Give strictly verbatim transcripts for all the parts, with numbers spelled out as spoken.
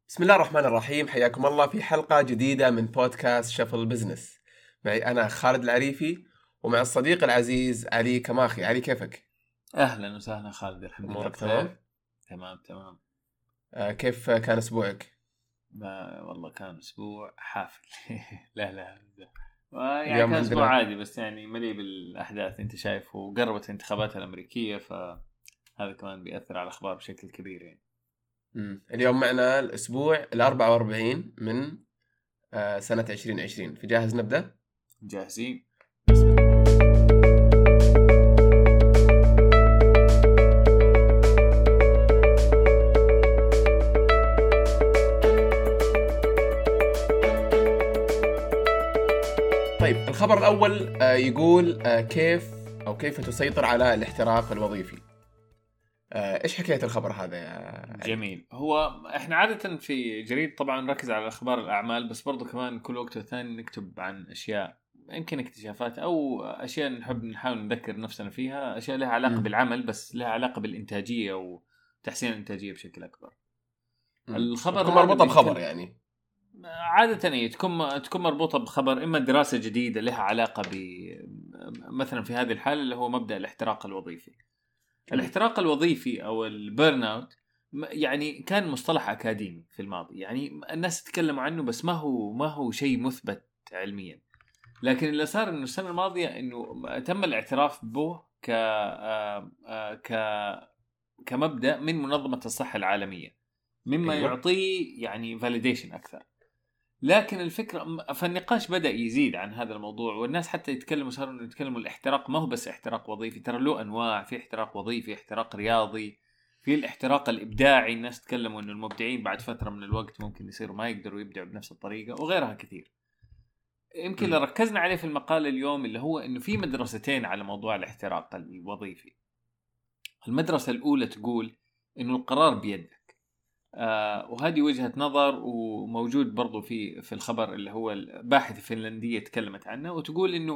بسم الله الرحمن الرحيم، حياكم الله في حلقة جديدة من بودكاست شفل بزنس. معي أنا خالد العريفي ومع الصديق العزيز علي كماخي. علي، كيفك؟ اهلا وسهلا خالد، الحمد لله أمورك بخير. تمام؟ تمام تمام. آه كيف كان أسبوعك؟ ما والله كان اسبوع حافل. لا لا لا. يعني اليوم كان اسبوع عندنا عادي بس يعني مليء بالاحداث، انت شايف، وقربت الانتخابات الامريكيه، فهذا كمان بيأثر على الاخبار بشكل كبير يعني. مم. اليوم معنا الأسبوع الأربعة وأربعين من آه سنة عشرين عشرين. في جاهز نبدأ؟ جاهزين. بسم الله. طيب، الخبر الأول آه يقول آه كيف أو كيف تسيطر على الاحتراق الوظيفي. آه إيش حكاية الخبر هذا يا علي؟ جميل. هو احنا عاده في جريد طبعا نركز على اخبار الاعمال، بس برضو كمان كل وقت والثاني نكتب عن اشياء يمكن اكتشافات او اشياء نحب نحاول نذكر نفسنا فيها، اشياء لها علاقه مم. بالعمل بس لها علاقه بالانتاجيه وتحسين الانتاجيه بشكل اكبر. مم. الخبر وتكون هذا مربوطة بخبر بيتكلم يعني. عاده هي تكون تكون مربوطه بخبر، اما دراسه جديده لها علاقه ب مثلا في هذه الحاله اللي هو مبدا الاحتراق الوظيفي. جميل. الاحتراق الوظيفي او البيرن اوت يعني كان مصطلح اكاديمي في الماضي، يعني الناس تتكلم عنه بس ما هو ما هو شيء مثبت علميا. لكن اللي صار انه السنه الماضيه انه تم الاعتراف به ك آه، آه، ك كمبدا من منظمه الصحه العالميه، مما أيوة. يعطيه يعني فاليديشن اكثر. لكن الفكره فالنقاش بدا يزيد عن هذا الموضوع، والناس حتى يتكلموا صاروا يتكلموا الاحتراق ما هو بس احتراق وظيفي، ترى له انواع، في احتراق وظيفي، احتراق رياضي، في الاحتراق الابداعي. الناس تكلموا انه المبدعين بعد فتره من الوقت ممكن يصيروا ما يقدروا يبدعوا بنفس الطريقه، وغيرها كثير. يمكن اللي مم. ركزنا عليه في المقال اليوم اللي هو انه في مدرستين على موضوع الاحتراق الوظيفي. المدرسه الاولى تقول انه القرار بيدك، آه وهذه وجهة نظر، وموجود برضو في في الخبر اللي هو الباحثة فنلندية تكلمت عنه، وتقول انه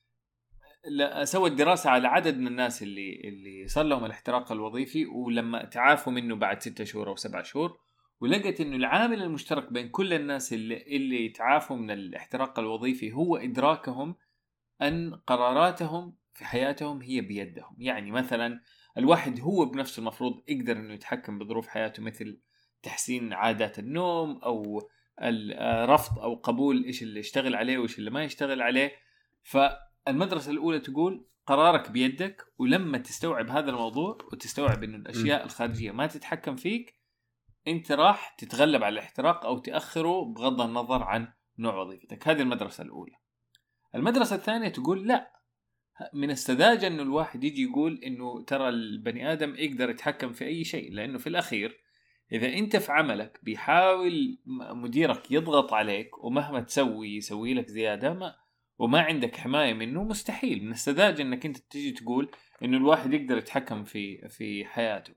سوت دراسة على عدد من الناس اللي اللي صار لهم الاحتراق الوظيفي ولما تعافوا منه بعد ستة شهور او سبعة شهور، ولقت انه العامل المشترك بين كل الناس اللي اللي تعافوا من الاحتراق الوظيفي هو ادراكهم ان قراراتهم في حياتهم هي بيدهم. يعني مثلا الواحد هو بنفسه المفروض يقدر انه يتحكم بظروف حياته، مثل تحسين عادات النوم او الرفض او قبول ايش اللي يشتغل عليه وايش اللي ما يشتغل عليه. فالمدرسة الاولى تقول قرارك بيدك، ولما تستوعب هذا الموضوع وتستوعب انه مم. الاشياء الخارجية ما تتحكم فيك، انت راح تتغلب على الاحتراق او تأخره بغض النظر عن نوع وظيفتك. هذه المدرسة الاولى. المدرسة الثانية تقول لا، من السذاجة انه الواحد يجي يقول انه ترى البني ادم يقدر يتحكم في اي شيء، لانه في الاخير اذا انت في عملك بيحاول مديرك يضغط عليك ومهما تسوي يسوي لك زيادة ما وما عندك حماية منه، مستحيل. من السذاجة انك انت تجي تقول انه الواحد يقدر يتحكم في في حياته.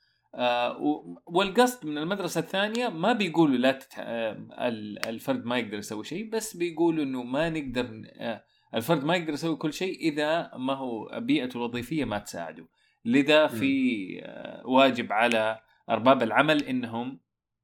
آه والقصد من المدرسة الثانية ما بيقولوا لا تتح... آه الفرد ما يقدر يسوي شيء، بس بيقولوا انه ما نقدر آه الفرد ما يقدر يسوي كل شيء اذا ما هو بيئته الوظيفية ما تساعده. لذا في مم. آه واجب على ارباب العمل انهم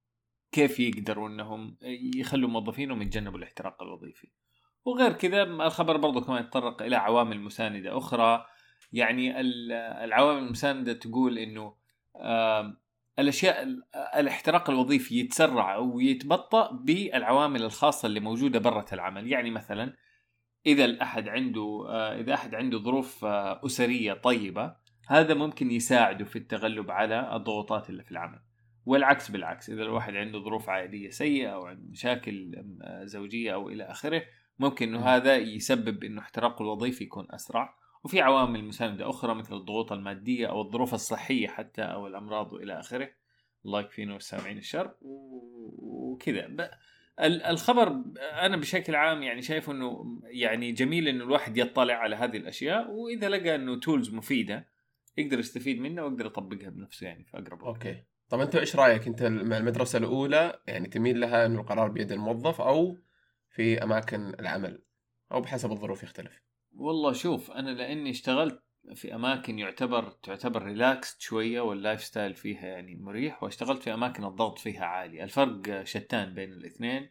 كيف يقدروا انهم يخلوا موظفينهم يتجنبوا الاحتراق الوظيفي. وغير كذا الخبر برضو كمان يتطرق الى عوامل مساندة اخرى. يعني العوامل المساندة تقول انه آه الاشياء الاحتراق الوظيفي يتسرع او يتبطأ بالعوامل الخاصة اللي موجودة برة العمل. يعني مثلا اذا الاحد عنده آه اذا احد عنده ظروف آه اسرية طيبة، هذا ممكن يساعده في التغلب على الضغوطات اللي في العمل. والعكس بالعكس، اذا الواحد عنده ظروف عائلية سيئة او عنده مشاكل آه زوجية او الى اخره، ممكن انه مم. هذا يسبب انه احتراقه الوظيفي يكون اسرع. وفي عوامل مساندة اخرى مثل الضغوط المادية او الظروف الصحية حتى او الامراض والى اخره. الله يكفينا والسامعين الشر وكذا. الخبر انا بشكل عام يعني شايف انه يعني جميل انه الواحد يطلع على هذه الاشياء، واذا لقى انه تولز مفيده يقدر يستفيد منها ويقدر يطبقها بنفسه يعني في اقرب وقت. اوكي. طب انت ايش رايك انت مع المدرسه الاولى؟ يعني تميل لها انه القرار بيد الموظف او في اماكن العمل، او بحسب الظروف يختلف؟ والله شوف، انا لاني اشتغلت في اماكن يعتبر تعتبر ريلاكس شويه واللايف ستايل فيها يعني مريح، واشتغلت في اماكن الضغط فيها عالي. الفرق شتان بين الاثنين.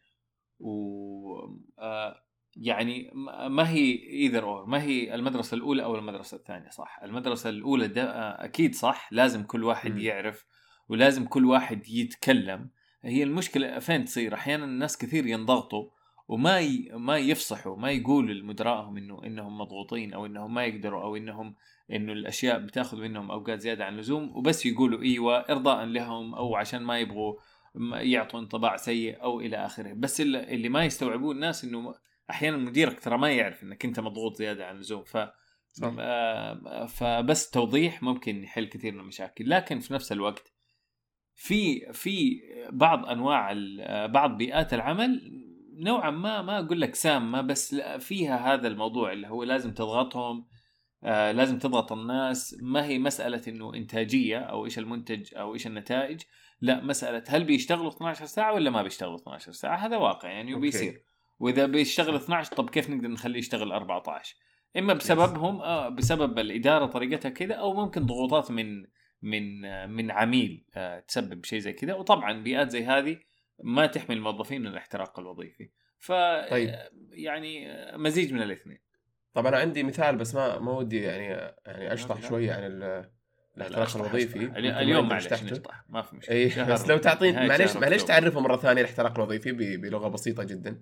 و آه، يعني ما هي ايذر اور، ما هي المدرسه الاولى او المدرسه الثانيه. صح، المدرسه الاولى ده اكيد صح، لازم كل واحد مم. يعرف ولازم كل واحد يتكلم. هي المشكله فين تصير؟ احيانا الناس كثير ينضغطوا وما ي... ما يفصحوا، ما يقولوا لمدراءهم انه انهم مضغوطين او انهم ما يقدروا او انهم انه الاشياء بتاخذ منهم اوقات زياده عن اللزوم، وبس يقولوا ايوه ارضاء لهم او عشان ما يبغوا يعطوا انطباع سيء او الى اخره. بس اللي ما يستوعبوه الناس انه احيانا مديرك ترى ما يعرف انك انت مضغوط زياده عن اللزوم. ف صح. فبس توضيح ممكن يحل كثير من المشاكل. لكن في نفس الوقت في في بعض انواع بعض بيئات العمل نوعا ما ما اقول لك سامه، بس فيها هذا الموضوع اللي هو لازم تضغطهم، آه لازم تضغط الناس. ما هي مسألة إنه إنتاجية أو إيش المنتج أو إيش النتائج، لا، مسألة هل بيشتغلوا اثنتي عشرة ساعة ولا ما بيشتغلوا اثنتي عشرة ساعة. هذا واقع يعني وبيصير. وإذا بيشتغل اثنتي عشرة، طب كيف نقدر نخليه يشتغل أربعة عشر؟ إما بسببهم آه بسبب الإدارة طريقتها كذا، أو ممكن ضغوطات من من آه من عميل آه تسبب شيء زي كذا. وطبعا بيئات زي هذه ما تحمي الموظفين من الاحتراق الوظيفي. ف طيب. يعني مزيج من الاثنين. طب أنا عندي مثال، بس ما ما ودي يعني يعني أشطح لا. شوية عن الاحتراق الوظيفي. أشطح. اليوم معلش نشطح، ما في مشكلة. اي بس لو تعطين معلش معلش أكتوبر. تعرفه مرة ثانية الاحتراق الوظيفي بلغة بسيطة جدا.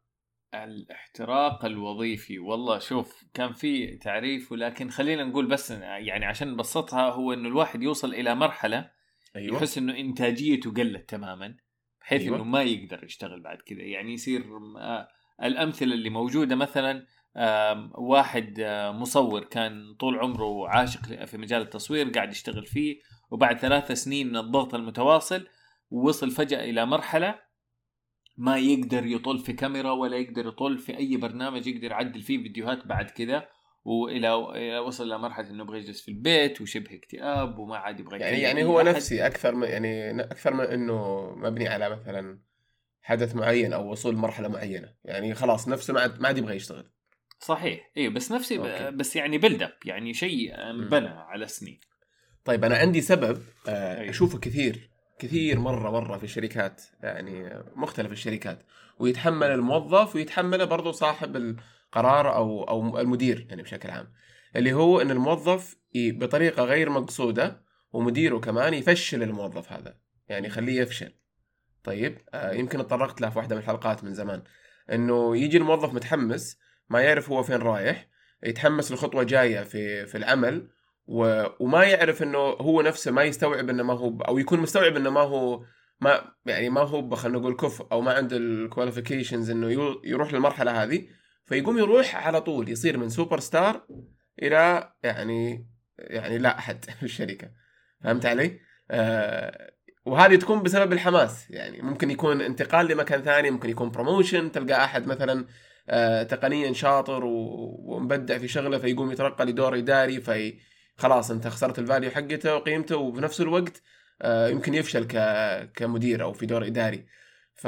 الاحتراق الوظيفي والله شوف كان في تعريف، ولكن خلينا نقول بس يعني عشان نبسطها، هو انه الواحد يوصل الى مرحلة أيوة. يحس انه انتاجيته قلت تماما، بحيث أيوة. انه ما يقدر يشتغل بعد كذا. يعني يصير آه الامثلة اللي موجودة مثلا آه واحد آه مصور كان طول عمره عاشق في مجال التصوير، قاعد يشتغل فيه، وبعد ثلاث سنين من الضغط المتواصل وصل فجأة الى مرحلة ما يقدر يطل في كاميرا ولا يقدر يطل في اي برنامج يقدر يعدل فيه فيديوهات بعد كذا، والى وصل لمرحله انه يبغى يجلس في البيت وشبه اكتئاب وما عاد يبغى يعني يعني هو نفسي اكثر من يعني اكثر من انه مبني على مثلا حدث معين او وصول مرحله معينه. يعني خلاص نفسه ما عاد ما عاد يبغى يشتغل. صحيح ايوه، بس نفسي أوكي. بس يعني بيلد اب، يعني شيء بنى على سنين. طيب انا عندي سبب أيوة. اشوفه كثير كثير مره مره في الشركات، يعني مختلف الشركات، ويتحمل الموظف ويتحمله برضو صاحب القرار او او المدير يعني بشكل عام، اللي هو ان الموظف بطريقه غير مقصوده ومديره كمان يفشل الموظف هذا، يعني يخليه يفشل. طيب آه يمكن اتطرقت له في واحده من الحلقات من زمان، انه يجي الموظف متحمس ما يعرف هو فين رايح، يتحمس لخطوه جايه في في العمل، و... وما يعرف انه هو نفسه ما يستوعب انه ما هو، او يكون مستوعب انه ما هو ما يعني ما هو خلينا نقول كفء او ما عنده الكواليفيكيشنز انه يو... يروح للمرحله هذه، فيقوم يروح على طول يصير من سوبر ستار الى يعني يعني لا احد في الشركه. فهمت علي؟ آه وهذه تكون بسبب الحماس، يعني ممكن يكون انتقال لمكان ثاني، ممكن يكون بروموشن، تلقى احد مثلا آه تقنيا شاطر ومبدع في شغله فيقوم يترقى لدور اداري، في خلاص انت خسرت الفاليو حقته وقيمته، وفي نفس الوقت آه يمكن يفشل ك كمدير او في دور اداري. ف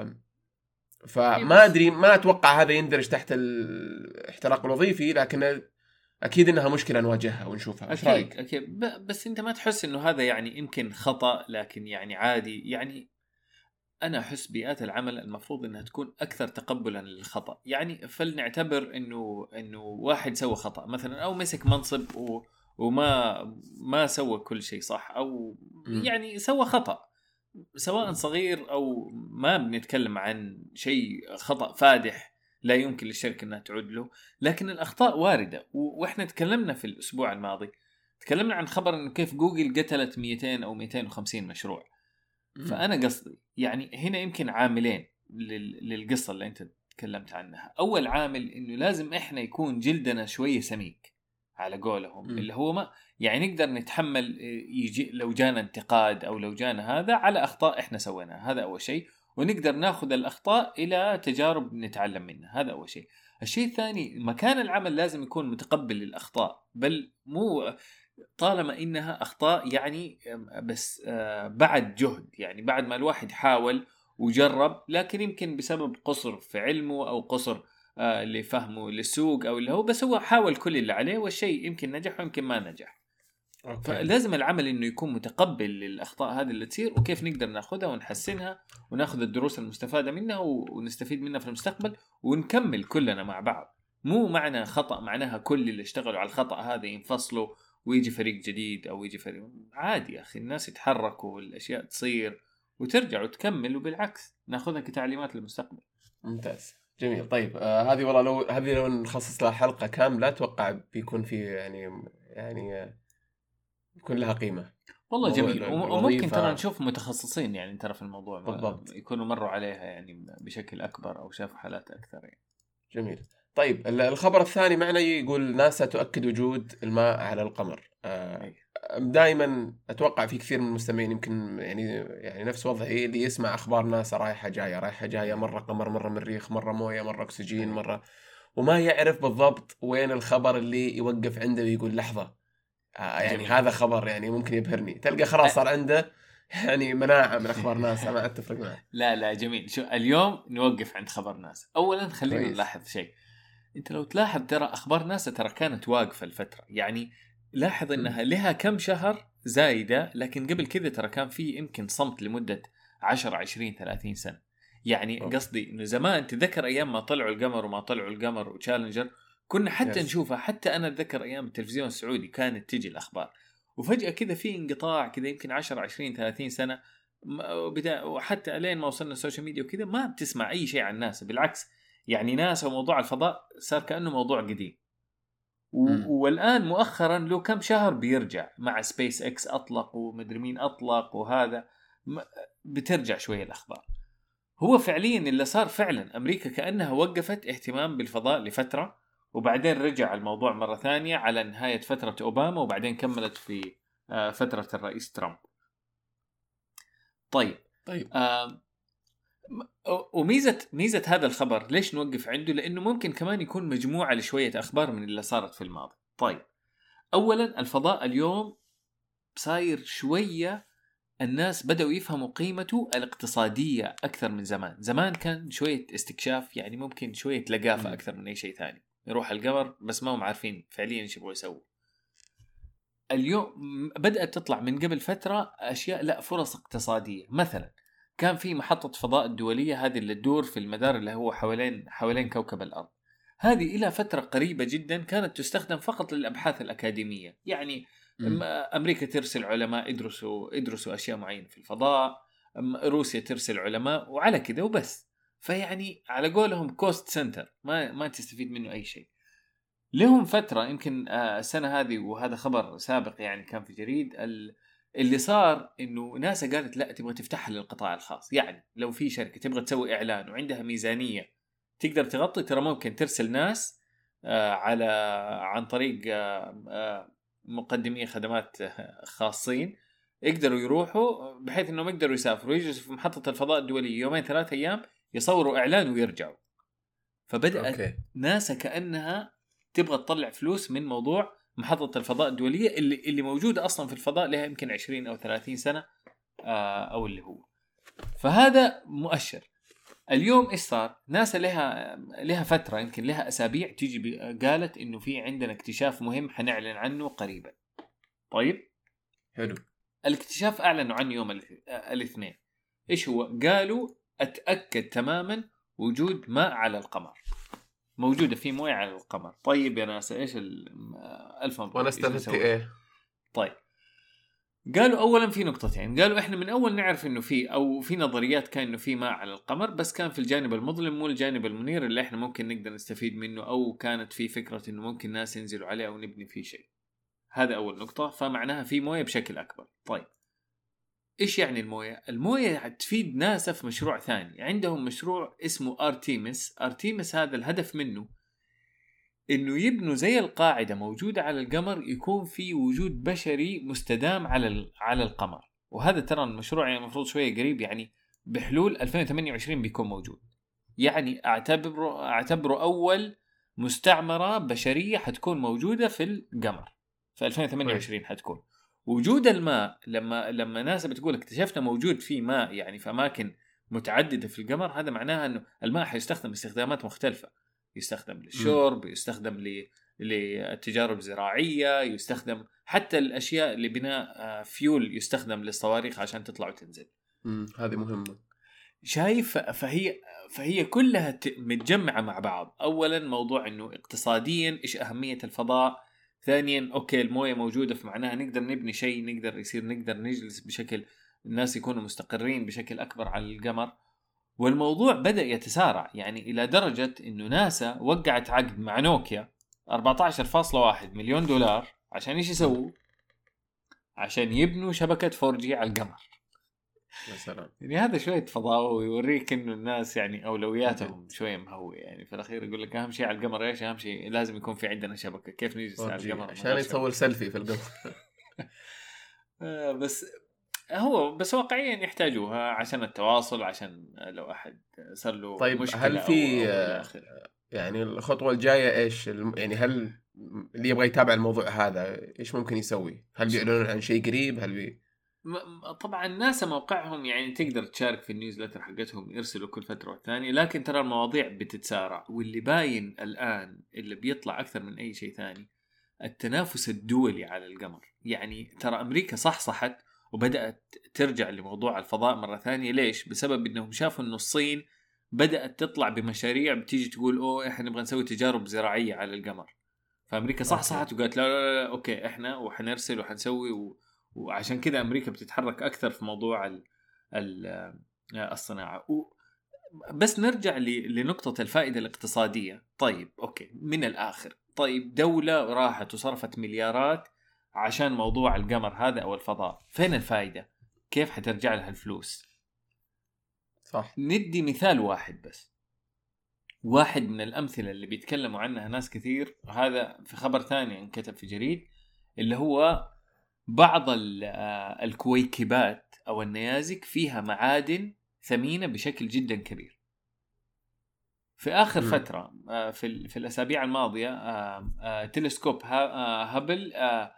فما ادري، ما اتوقع هذا يندرج تحت الاحتراق الوظيفي، لكن اكيد انها مشكله نواجهها ونشوفها. ايش رايك؟ اكيد اكيد بس انت ما تحس انه هذا يعني يمكن خطأ، لكن يعني عادي. يعني انا احس بيئات العمل المفروض انها تكون اكثر تقبلا للخطأ. يعني فلنعتبر انه انه واحد سوى خطأ مثلا او مسك منصب و وما ما سوى كل شيء صح، او يعني سوى خطأ سواء صغير او ما بنتكلم عن شيء خطأ فادح لا يمكن للشركة انها تعود له، لكن الاخطاء واردة. واحنا تكلمنا في الاسبوع الماضي تكلمنا عن خبر انه كيف جوجل قتلت مئتين او مئتين وخمسين مشروع. فانا قصدي يعني هنا يمكن عاملين للقصة اللي انت تكلمت عنها. اول عامل انه لازم احنا يكون جلدنا شوية سميك على قولهم، م. اللي هو ما يعني نقدر نتحمل يجي لو جانا انتقاد او لو جانا هذا على اخطاء احنا سويناها، هذا اول شيء، ونقدر ناخذ الاخطاء الى تجارب نتعلم منها، هذا اول شيء. الشيء الثاني مكان العمل لازم يكون متقبل للاخطاء، بل مو طالما انها اخطاء يعني بس بعد جهد، يعني بعد ما الواحد حاول وجرب، لكن يمكن بسبب قصر في علمه او قصر آه اللي فهمه للسوق او اللي هو، بس هو حاول كل اللي عليه والشيء يمكن نجح ويمكن ما نجح. أوكي. فلازم العمل انه يكون متقبل للاخطاء هذه اللي تصير وكيف نقدر ناخذها ونحسنها وناخذ الدروس المستفاده منها ونستفيد منها في المستقبل ونكمل كلنا مع بعض. مو معنى خطأ معناها كل اللي اشتغلوا على الخطأ هذا ينفصلوا ويجي فريق جديد او يجي فريق عادي. يا اخي الناس يتحركوا والاشياء تصير وترجع وتكمل، وبالعكس ناخذها كتعليمات للمستقبل. ممتاز جميل. طيب آه هذه والله لو هذه لو نخصص لها حلقة كاملة اتوقع بيكون في يعني يعني آه، يكون لها قيمة والله جميل. وممكن ترى نشوف متخصصين يعني ترى في الموضوع بالضبط يكونوا مروا عليها يعني بشكل أكبر أو شافوا حالات أكثر يعني. جميل. طيب الخبر الثاني معنا يقول ناسا تؤكد وجود الماء على القمر. آه دائما أتوقع في كثير من المستمعين يمكن يعني يعني نفس وضعي اللي يسمع أخبار ناسا رايحة جاية رايحة جاية، مرة قمر مرة مريخ مرة موية مرة أكسجين مرة، وما يعرف بالضبط وين الخبر اللي يوقف عنده ويقول لحظة آه يعني جميل. هذا خبر يعني ممكن يبهرني، تلقى خلاص صار عنده يعني مناعة من أخبار ناسا. ما أتفق معه. لا لا جميل. شو اليوم نوقف عند خبر ناسا. أولا خلينا كويس. نلاحظ شيء، أنت لو تلاحظ ترى أخبار ناسا ترى كانت واقفة الفترة، يعني لاحظ أنها لها كم شهر زايدة، لكن قبل كذا ترى كان في يمكن صمت لمدة عشرة عشرين ثلاثين سنة. يعني أوه. قصدي إنه زمان تذكر أيام ما طلعوا القمر وما طلعوا القمر وتشالنجر كنا حتى يس. نشوفها، حتى أنا أتذكر أيام التلفزيون السعودي كانت تجي الأخبار، وفجأة كذا في انقطاع كذا يمكن عشرة عشرين ثلاثين سنة وبدا، وحتى ألين ما وصلنا السوشيال ميديا وكذا ما بتسمع أي شيء عن ناسا. بالعكس يعني ناسا وموضوع الفضاء صار كأنه موضوع قديم. والآن مؤخرا له كم شهر بيرجع مع سبيس إكس أطلق ومدري مين أطلق، وهذا بترجع شوية الأخبار. هو فعليا اللي صار فعلا أمريكا كأنها وقفت اهتمام بالفضاء لفترة، وبعدين رجع الموضوع مرة ثانية على نهاية فترة أوباما، وبعدين كملت في فترة الرئيس ترامب. طيب طيب آه وميزة ميزة هذا الخبر ليش نوقف عنده؟ لأنه ممكن كمان يكون مجموعة لشوية أخبار من اللي صارت في الماضي. طيب أولا الفضاء اليوم صاير شوية الناس بدأوا يفهموا قيمته الاقتصادية أكثر من زمان. زمان كان شوية استكشاف، يعني ممكن شوية لقافة أكثر من أي شيء ثاني، يروح القمر بس ما هم عارفين فعليا إيش يبغوا يسووا. اليوم بدأت تطلع من قبل فترة أشياء لا فرص اقتصادية. مثلا كان في محطة فضاء الدولية هذه اللي تدور في المدار اللي هو حوالين حوالين كوكب الأرض، هذه إلى فترة قريبة جدا كانت تستخدم فقط للأبحاث الأكاديمية. يعني م. أمريكا ترسل علماء يدرسوا يدرسوا أشياء معينة في الفضاء، روسيا ترسل علماء، وعلى كده وبس. فيعني على قولهم كوست سنتر، ما ما تستفيد منه أي شيء. لهم فترة يمكن السنة هذه، وهذا خبر سابق يعني كان في جريد، اللي صار إنه ناسا قالت لا تبغى تفتحها للقطاع الخاص. يعني لو في شركة تبغى تسوي إعلان وعندها ميزانية تقدر تغطي، ترى ممكن ترسل ناس على عن طريق مقدمي خدمات خاصين يقدروا يروحوا، بحيث إنهم يقدروا يسافروا ويجلسوا في محطة الفضاء الدولية يومين ثلاثة أيام يصوروا إعلان ويرجعوا. فبدأت أوكي. ناسا كأنها تبغى تطلع فلوس من موضوع محطة الفضاء الدولية اللي اللي موجودة أصلا في الفضاء لها يمكن عشرين أو ثلاثين سنة أو اللي هو. فهذا مؤشر. اليوم إيش صار؟ ناسا لها لها فترة يمكن لها أسابيع تيجي قالت إنه في عندنا اكتشاف مهم حنعلن عنه قريبا. طيب حلو. الاكتشاف أعلنوا عنه يوم الاثنين. إيش هو؟ قالوا أتأكد تماما وجود ماء على القمر، موجودة في موية على القمر. طيب يا ناسا إيش الألف مبروك، وأنا استفدت إيه؟ طيب قالوا أولا في نقطتين. قالوا إحنا من أول نعرف إنه في أو في نظريات كان إنه في ماء على القمر، بس كان في الجانب المظلم مو الجانب المنير اللي إحنا ممكن نقدر نستفيد منه، أو كانت في فكرة إنه ممكن ناس ينزلوا عليه أو نبني فيه شيء. هذا أول نقطة، فمعناها في موية بشكل أكبر. طيب إيش يعني الموية؟ الموية تفيد ناسا في مشروع ثاني. عندهم مشروع اسمه أرتيمس. أرتيمس هذا الهدف منه إنه يبنوا زي القاعدة موجودة على القمر، يكون في وجود بشري مستدام على على القمر. وهذا ترى المشروع يعني المفروض شوية قريب، يعني بحلول ألفين وثمانية وعشرين بيكون موجود. يعني أعتبره أعتبره أول مستعمرة بشرية حتكون موجودة في القمر في ألفين وثمانية وعشرين. حتكون وجود الماء، لما لما ناسا بتقول اكتشفنا موجود فيه ماء يعني في أماكن متعددة في القمر، هذا معناها إنه الماء حيستخدم استخدامات مختلفة. يستخدم للشرب، يستخدم ل للتجارب الزراعية، يستخدم حتى الأشياء لبناء فيول يستخدم للصواريخ عشان تطلع وتنزل. امم هذه مهمة. شايف؟ فهي فهي كلها متجمعة مع بعض. أولا موضوع إنه اقتصاديا إيش أهمية الفضاء، ثانيا أوكي الموية موجودة فمعناها نقدر نبني شيء، نقدر يصير نقدر نجلس بشكل الناس يكونوا مستقرين بشكل أكبر على القمر. والموضوع بدأ يتسارع يعني إلى درجة إنه ناسا وقعت عقد مع نوكيا أربعة عشر فاصلة واحد مليون دولار عشان إيش يسووا؟ عشان يبنوا شبكة فور جي على القمر. مثلا يعني هذا شوية فضاء ويوريك إنه الناس يعني أولوياتهم شوية مهوية. يعني في الأخير يقول لك أهم شيء على القمر إيش؟ أهم شيء لازم يكون في عندنا شبكة. كيف نجلس على القمر عشان يتصور سيلفي في القمر؟ بس هو بس واقعيا يحتاجوها عشان التواصل، عشان لو أحد صار له طيب مشكلة هل في أو أو إلى آخره. يعني الخطوة الجاية إيش يعني هل اللي يبغى يتابع الموضوع هذا إيش ممكن يسوي؟ هل بيعلنون عن شيء قريب؟ هل بي... طبعا ناسا موقعهم يعني تقدر تشارك في النيوزلتر حقتهم، يرسلوا كل فترة والثانية، لكن ترى المواضيع بتتسارع. واللي باين الآن اللي بيطلع أكثر من أي شيء ثاني التنافس الدولي على القمر. يعني ترى أمريكا صحصحت وبدأت ترجع لموضوع الفضاء مرة ثانية. ليش؟ بسبب إنهم شافوا إنه الصين بدأت تطلع بمشاريع بتيجي تقول أوه إحنا نبغى نسوي تجارب زراعية على القمر. فأمريكا صحصحت وقالت لا لا لا أوكي إحنا وحنرسل وحنسوي و... وعشان كذا أمريكا بتتحرك أكثر في موضوع ال... ال... الصناعة. و... بس نرجع ل... لنقطة الفائدة الاقتصادية. طيب أوكي من الآخر، طيب دولة راحت وصرفت مليارات عشان موضوع القمر هذا أو الفضاء، فين الفائدة؟ كيف حترجع لها الفلوس؟ صح. ندي مثال واحد بس، واحد من الأمثلة اللي بيتكلموا عنها ناس كثير، وهذا في خبر ثاني انكتب في جريد، اللي هو بعض الكويكبات أو النيازك فيها معادن ثمينة بشكل جدا كبير. في آخر م. فترة في في الأسابيع الماضية تلسكوب هابل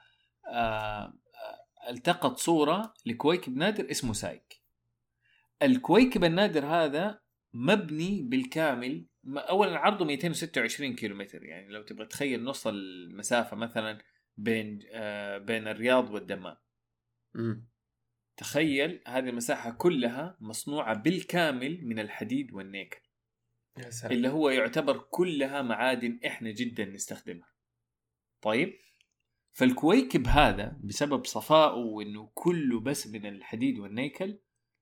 التقط صورة لكويكب نادر اسمه سايك. الكويكب النادر هذا مبني بالكامل، أولا عرضه مئتين وستة وعشرين كيلومتر، يعني لو تبغى تخيل نص المسافة مثلا بين بين الرياض والدمام. م. تخيل هذه المساحة كلها مصنوعة بالكامل من الحديد والنيكل، اللي هو يعتبر كلها معادن إحنا جدا نستخدمها. طيب فالكويكب هذا بسبب صفائه وإنه كله بس من الحديد والنيكل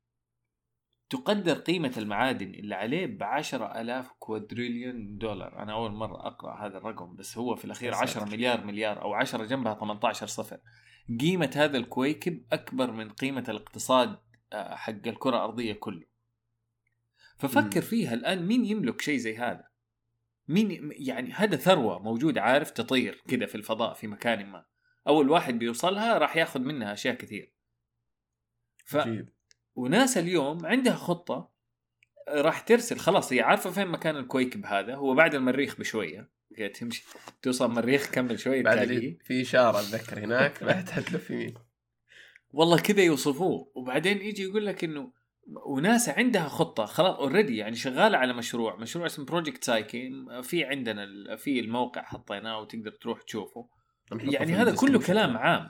تقدر قيمة المعادن اللي عليه بعشرة ألاف كوادريليون دولار. أنا أول مرة أقرأ هذا الرقم، بس هو في الأخير عشرة مليار مليار أو عشرة جنبها ثمانية عشر صفر. قيمة هذا الكويكب أكبر من قيمة الاقتصاد حق الكرة الأرضية كله. ففكر فيها الآن، مين يملك شيء زي هذا؟ مين يعني؟ هذا ثروة موجود عارف تطير كده في الفضاء في مكان ما، أول واحد بيوصلها راح ياخذ منها أشياء كثير. ف... وناس اليوم عندها خطة راح ترسل، خلاص هي عارفة فين مكان الكويكب هذا، هو بعد المريخ بشوية تمشي توصل مريخ كمل شوية بعد في إشارة أتذكر هناك بعدها تلف يمين. والله كذا يوصفوه. وبعدين يجي يقول لك إنه وناس عندها خطة خلاص اوريدي، يعني شغالة على مشروع مشروع اسمه بروجكت سايكي، في عندنا في الموقع حطيناه وتقدر تروح تشوفه. يعني هذا كله كلام عام.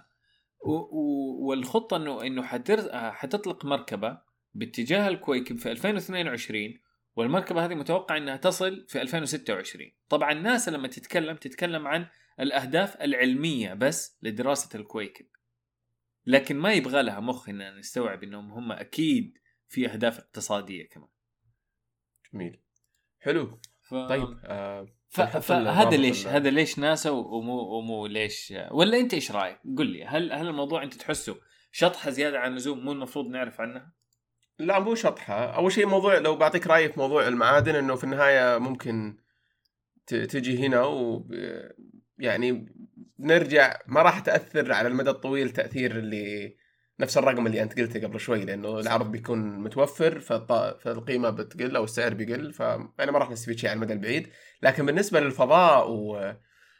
والخطة إنه إنه حتر حتطلق مركبة باتجاه الكويكب في ألفين واثنين وعشرين، والمركبة هذه متوقع إنها تصل في ألفين وستة وعشرين. طبعا الناس لما تتكلم تتكلم عن الأهداف العلمية بس لدراسة الكويكب، لكن ما يبغى لها مخ إن نستوعب إنهم هم أكيد في أهداف اقتصادية كمان. جميل حلو. ف... طيب آه ف... فهذا ليش هذا ليش ناسا ومو ومو ليش؟ ولا أنت إيش رأيك؟ قل لي، هل هل الموضوع أنت تحسه شطحة زيادة عن اللزوم مو المفروض نعرف عنها؟ لا مو شطحة. أول شيء موضوع، لو بعطيك رأيي في موضوع المعادن، إنه في النهاية ممكن تجي هنا و يعني نرجع ما راح تأثر على المدى الطويل تأثير اللي نفس الرقم اللي أنت قلته قبل شوي، لأنه العرض بيكون متوفر فالقيمة بتقل أو السعر بيقل، فأنا ما راح نستفيد شيء على المدى البعيد. لكن بالنسبة للفضاء و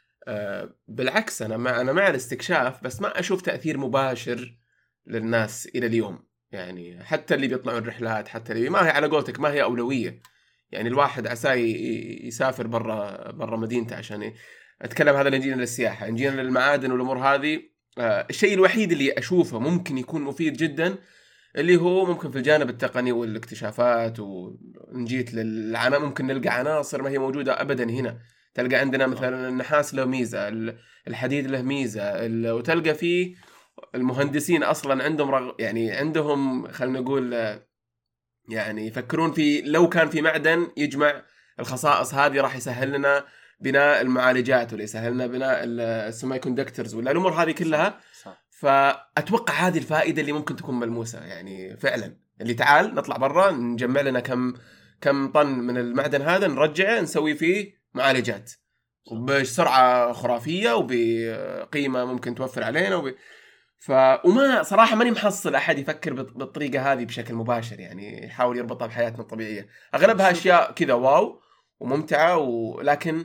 بالعكس أنا مع أنا مع الاستكشاف، بس ما أشوف تأثير مباشر للناس إلى اليوم. يعني حتى اللي بيطلعون رحلات، حتى اللي ما هي على قولتك ما هي أولوية. يعني الواحد عساه ي- يسافر برا برا مدينته عشان ي- اتكلم. هذا اللي جينا للسياحه، نجينا للمعادن والامور هذه. آه، الشيء الوحيد اللي اشوفه ممكن يكون مفيد جدا اللي هو ممكن في الجانب التقني والاكتشافات، ونجيت للعناصر ممكن نلقى عناصر ما هي موجوده ابدا هنا. تلقى عندنا مثلا النحاس له ميزه، ال- الحديد له ميزه، ال- وتلقى فيه المهندسين اصلا عندهم رغ... يعني عندهم خلينا نقول آه، يعني يفكرون في لو كان في معدن يجمع الخصائص هذه راح يسهل لنا بناء المعالجات، ولا يسهل لنا بناء السيمي كوندكتورز، ولا الامور هذه كلها. صح. صح. فاتوقع هذه الفائده اللي ممكن تكون ملموسه، يعني فعلا اللي تعال نطلع برا نجمع لنا كم كم طن من المعدن هذا، نرجعه نسوي فيه معالجات وبسرعه خرافيه وبقيمه ممكن توفر علينا وب... ف وما صراحه ماني محصل احد يفكر بط- بالطريقه هذه بشكل مباشر، يعني يحاول يربطها بحياتنا الطبيعيه. اغلبها شوف. اشياء كذا واو وممتعه، ولكن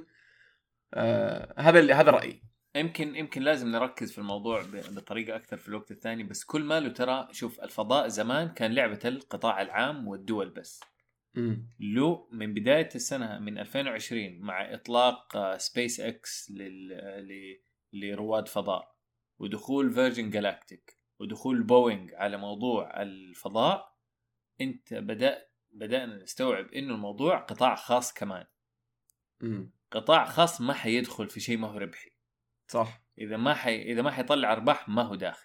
آه هذا اللي هذا رايي. يمكن يمكن لازم نركز في الموضوع ب- بطريقة أكثر في الوقت الثاني. بس كل ما له ترى، شوف، الفضاء زمان كان لعبة القطاع العام والدول بس. امم له من بداية السنة من ألفين وعشرين مع إطلاق سبيس إكس لل... ل... لرواد فضاء، ودخول فيرجن جالاكتيك، ودخول بوينغ على موضوع الفضاء، انت بدأ بدأنا نستوعب إنه الموضوع قطاع خاص كمان. امم قطاع خاص ما حيدخل في شيء ما هو ربحي. صح. إذا ما حي... إذا ما حيطلع أرباح ما هو داخل.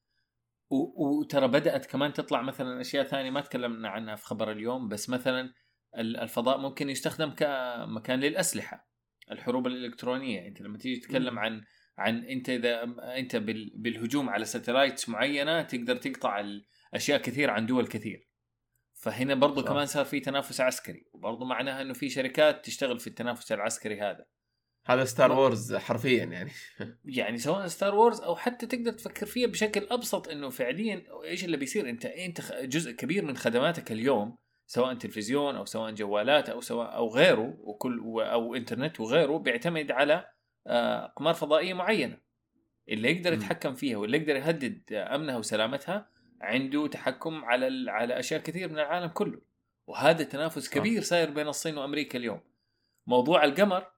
و... وترى بدأت كمان تطلع مثلا أشياء ثانية ما تكلمنا عنها في خبر اليوم، بس مثلا ال- الفضاء ممكن يستخدم كمكان للأسلحة، الحروب الإلكترونية. أنت لما تيجي تتكلم عن عن أنت إذا أنت بال... بالهجوم على ساتلايتس معينة تقدر تقطع الأشياء كثير عن دول كثير. فهنا برضو صح. كمان صار في تنافس عسكري، وبرضو معناها إنه في شركات تشتغل في التنافس العسكري هذا. هذا ستار ما- وورز حرفيا يعني. يعني سواء ستار وورز او حتى تقدر تفكر فيها بشكل ابسط، انه فعليا ايش اللي بيصير. انت انت خ- جزء كبير من خدماتك اليوم، سواء تلفزيون او سواء جوالات او سواء او غيره، وكل او انترنت وغيره، بيعتمد على آه، اقمار فضائيه معينه. اللي يقدر مم. يتحكم فيها واللي يقدر يهدد آه، امنها وسلامتها عنده تحكم على ال- على اشياء كثير من العالم كله. وهذا تنافس صح. كبير صاير بين الصين وامريكا اليوم. موضوع القمر،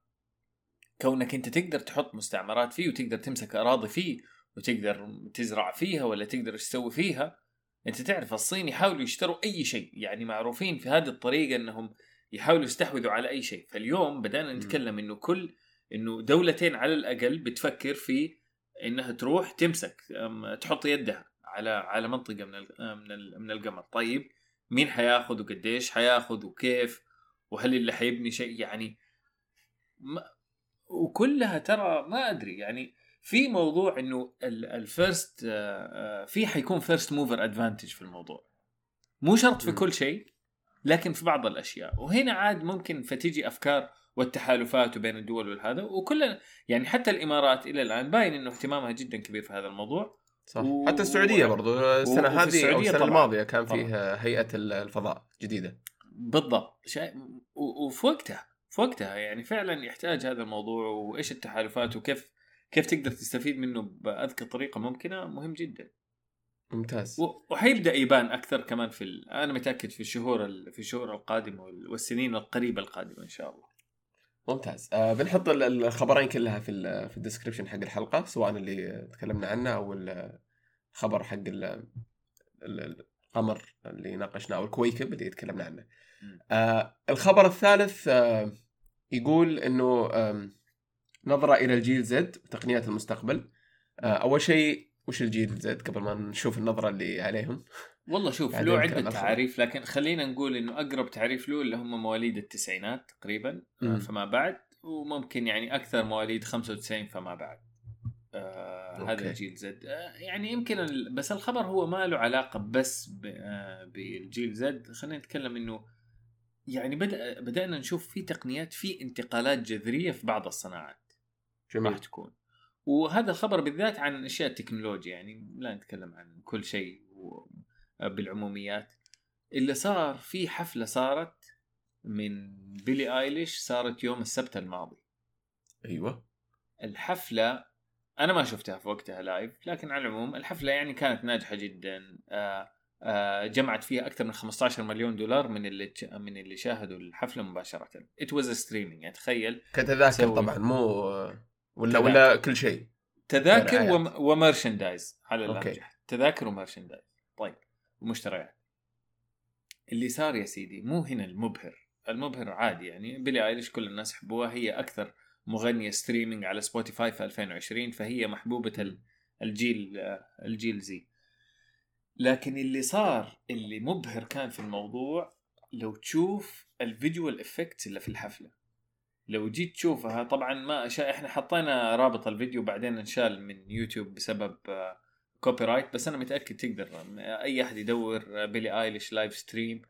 كونك انت تقدر تحط مستعمرات فيه وتقدر تمسك اراضي فيه وتقدر تزرع فيها ولا تقدر تسوي فيها. انت تعرف الصين يحاولوا يشتروا اي شيء، يعني معروفين في هذه الطريقة انهم يحاولوا يستحوذوا على اي شيء. فاليوم بدأنا نتكلم انه كل انه دولتين على الاقل بتفكر في انها تروح تمسك أم، تحط يدها على على منطقة من ال- من ال- من القمر. طيب مين حياخذ وقديش حياخذ وكيف، وهل اللي حيبني شيء يعني ما، وكلها ترى ما ادري. يعني في موضوع انه الفيرست في حيكون فيرست موفر ادفانتج في الموضوع، مو شرط في مم. كل شيء لكن في بعض الاشياء. وهنا عاد ممكن فتيجي افكار والتحالفات بين الدول والهذا وكلنا. يعني حتى الامارات الى الان باين انه اهتمامها جدا كبير في هذا الموضوع. صح. و... حتى السعوديه برضو السنه وفي هذه او السعودية السنه طبعاً. الماضيه كان طبعاً. فيه هيئه الفضاء جديده. بالضبط. شيء و- وفي وقتها في وقتها يعني فعلا يحتاج هذا الموضوع، وايش التحالفات وكيف كيف تقدر تستفيد منه بأذكى طريقة ممكنة مهم جدا. ممتاز. و- وحيبدأ يبان أكثر كمان في ال... أنا متأكد في الشهور ال... في الشهور القادمة وال- والسنين القريبة القادمة إن شاء الله. ممتاز. آه بنحط ال- ال- الخبرين كلها في ال في الديسكربشن حق الحلقه، سواء اللي تكلمنا عنه او الخبر حق ال- ال- القمر اللي ناقشناه او الكويكب اللي تكلمنا عنه. م. آه الخبر الثالث آه يقول انه آم، نظرة الى الجيل زد وتقنيات المستقبل. آه اول شيء وش الجيل زد قبل ما نشوف النظرة اللي عليهم؟ والله شوف، بعدين له نتكلم عن عدة الخبر. تعاريف، لكن خلينا نقول إنه أقرب تعريف له اللي هم مواليد التسعينات تقريبا آه، مم. فما بعد، وممكن يعني أكثر مواليد خمسة وتسعين فما بعد. آه هذا أوكي. الجيل زد. آه يعني يمكن ال... بس الخبر هو ما له علاقة بس ب... آه بالجيل زد. خلينا نتكلم إنه يعني بدأ بدأنا نشوف في تقنيات، في انتقالات جذرية في بعض الصناعات جميل. راح تكون. وهذا الخبر بالذات عن أشياء التكنولوجيا، يعني لا نتكلم عن كل شيء و... بالعموميات. اللي صار في حفلة صارت من بيلي آيليش، صارت يوم السبت الماضي. ايوه. الحفلة أنا ما شفتها في وقتها لايف، لكن على العموم الحفلة يعني كانت ناجحة جدا. آه جمعت فيها أكثر من خمسة عشر مليون دولار من اللي من اللي شاهدوا الحفلة مباشرة. It was a streaming يعني تخيل. كتذاكر طبعا مو ولا تذاكر. ولا كل شيء تذاكر وم... ومرشندايز على الأرجح. تذاكر ومرشندايز. طيب ومشتريات. اللي صار يا سيدي مو هنا المبهر. المبهر عادي يعني بيلي ايليش كل الناس يحبوها، هي أكثر مغنية ستريمينج على سبوتيفاي في ألفين وعشرين، فهي محبوبة الجيل الجيل زي. لكن اللي صار اللي مبهر كان في الموضوع لو تشوف الفيجوال افكتس اللي في الحفلة. لو جيت تشوفها طبعا ما أشياء احنا حطينا رابط الفيديو بعدين انشال من يوتيوب بسبب كوبي رايت، بس انا متأكد تقدر اي احد يدور بيلي ايليش لايف ستريم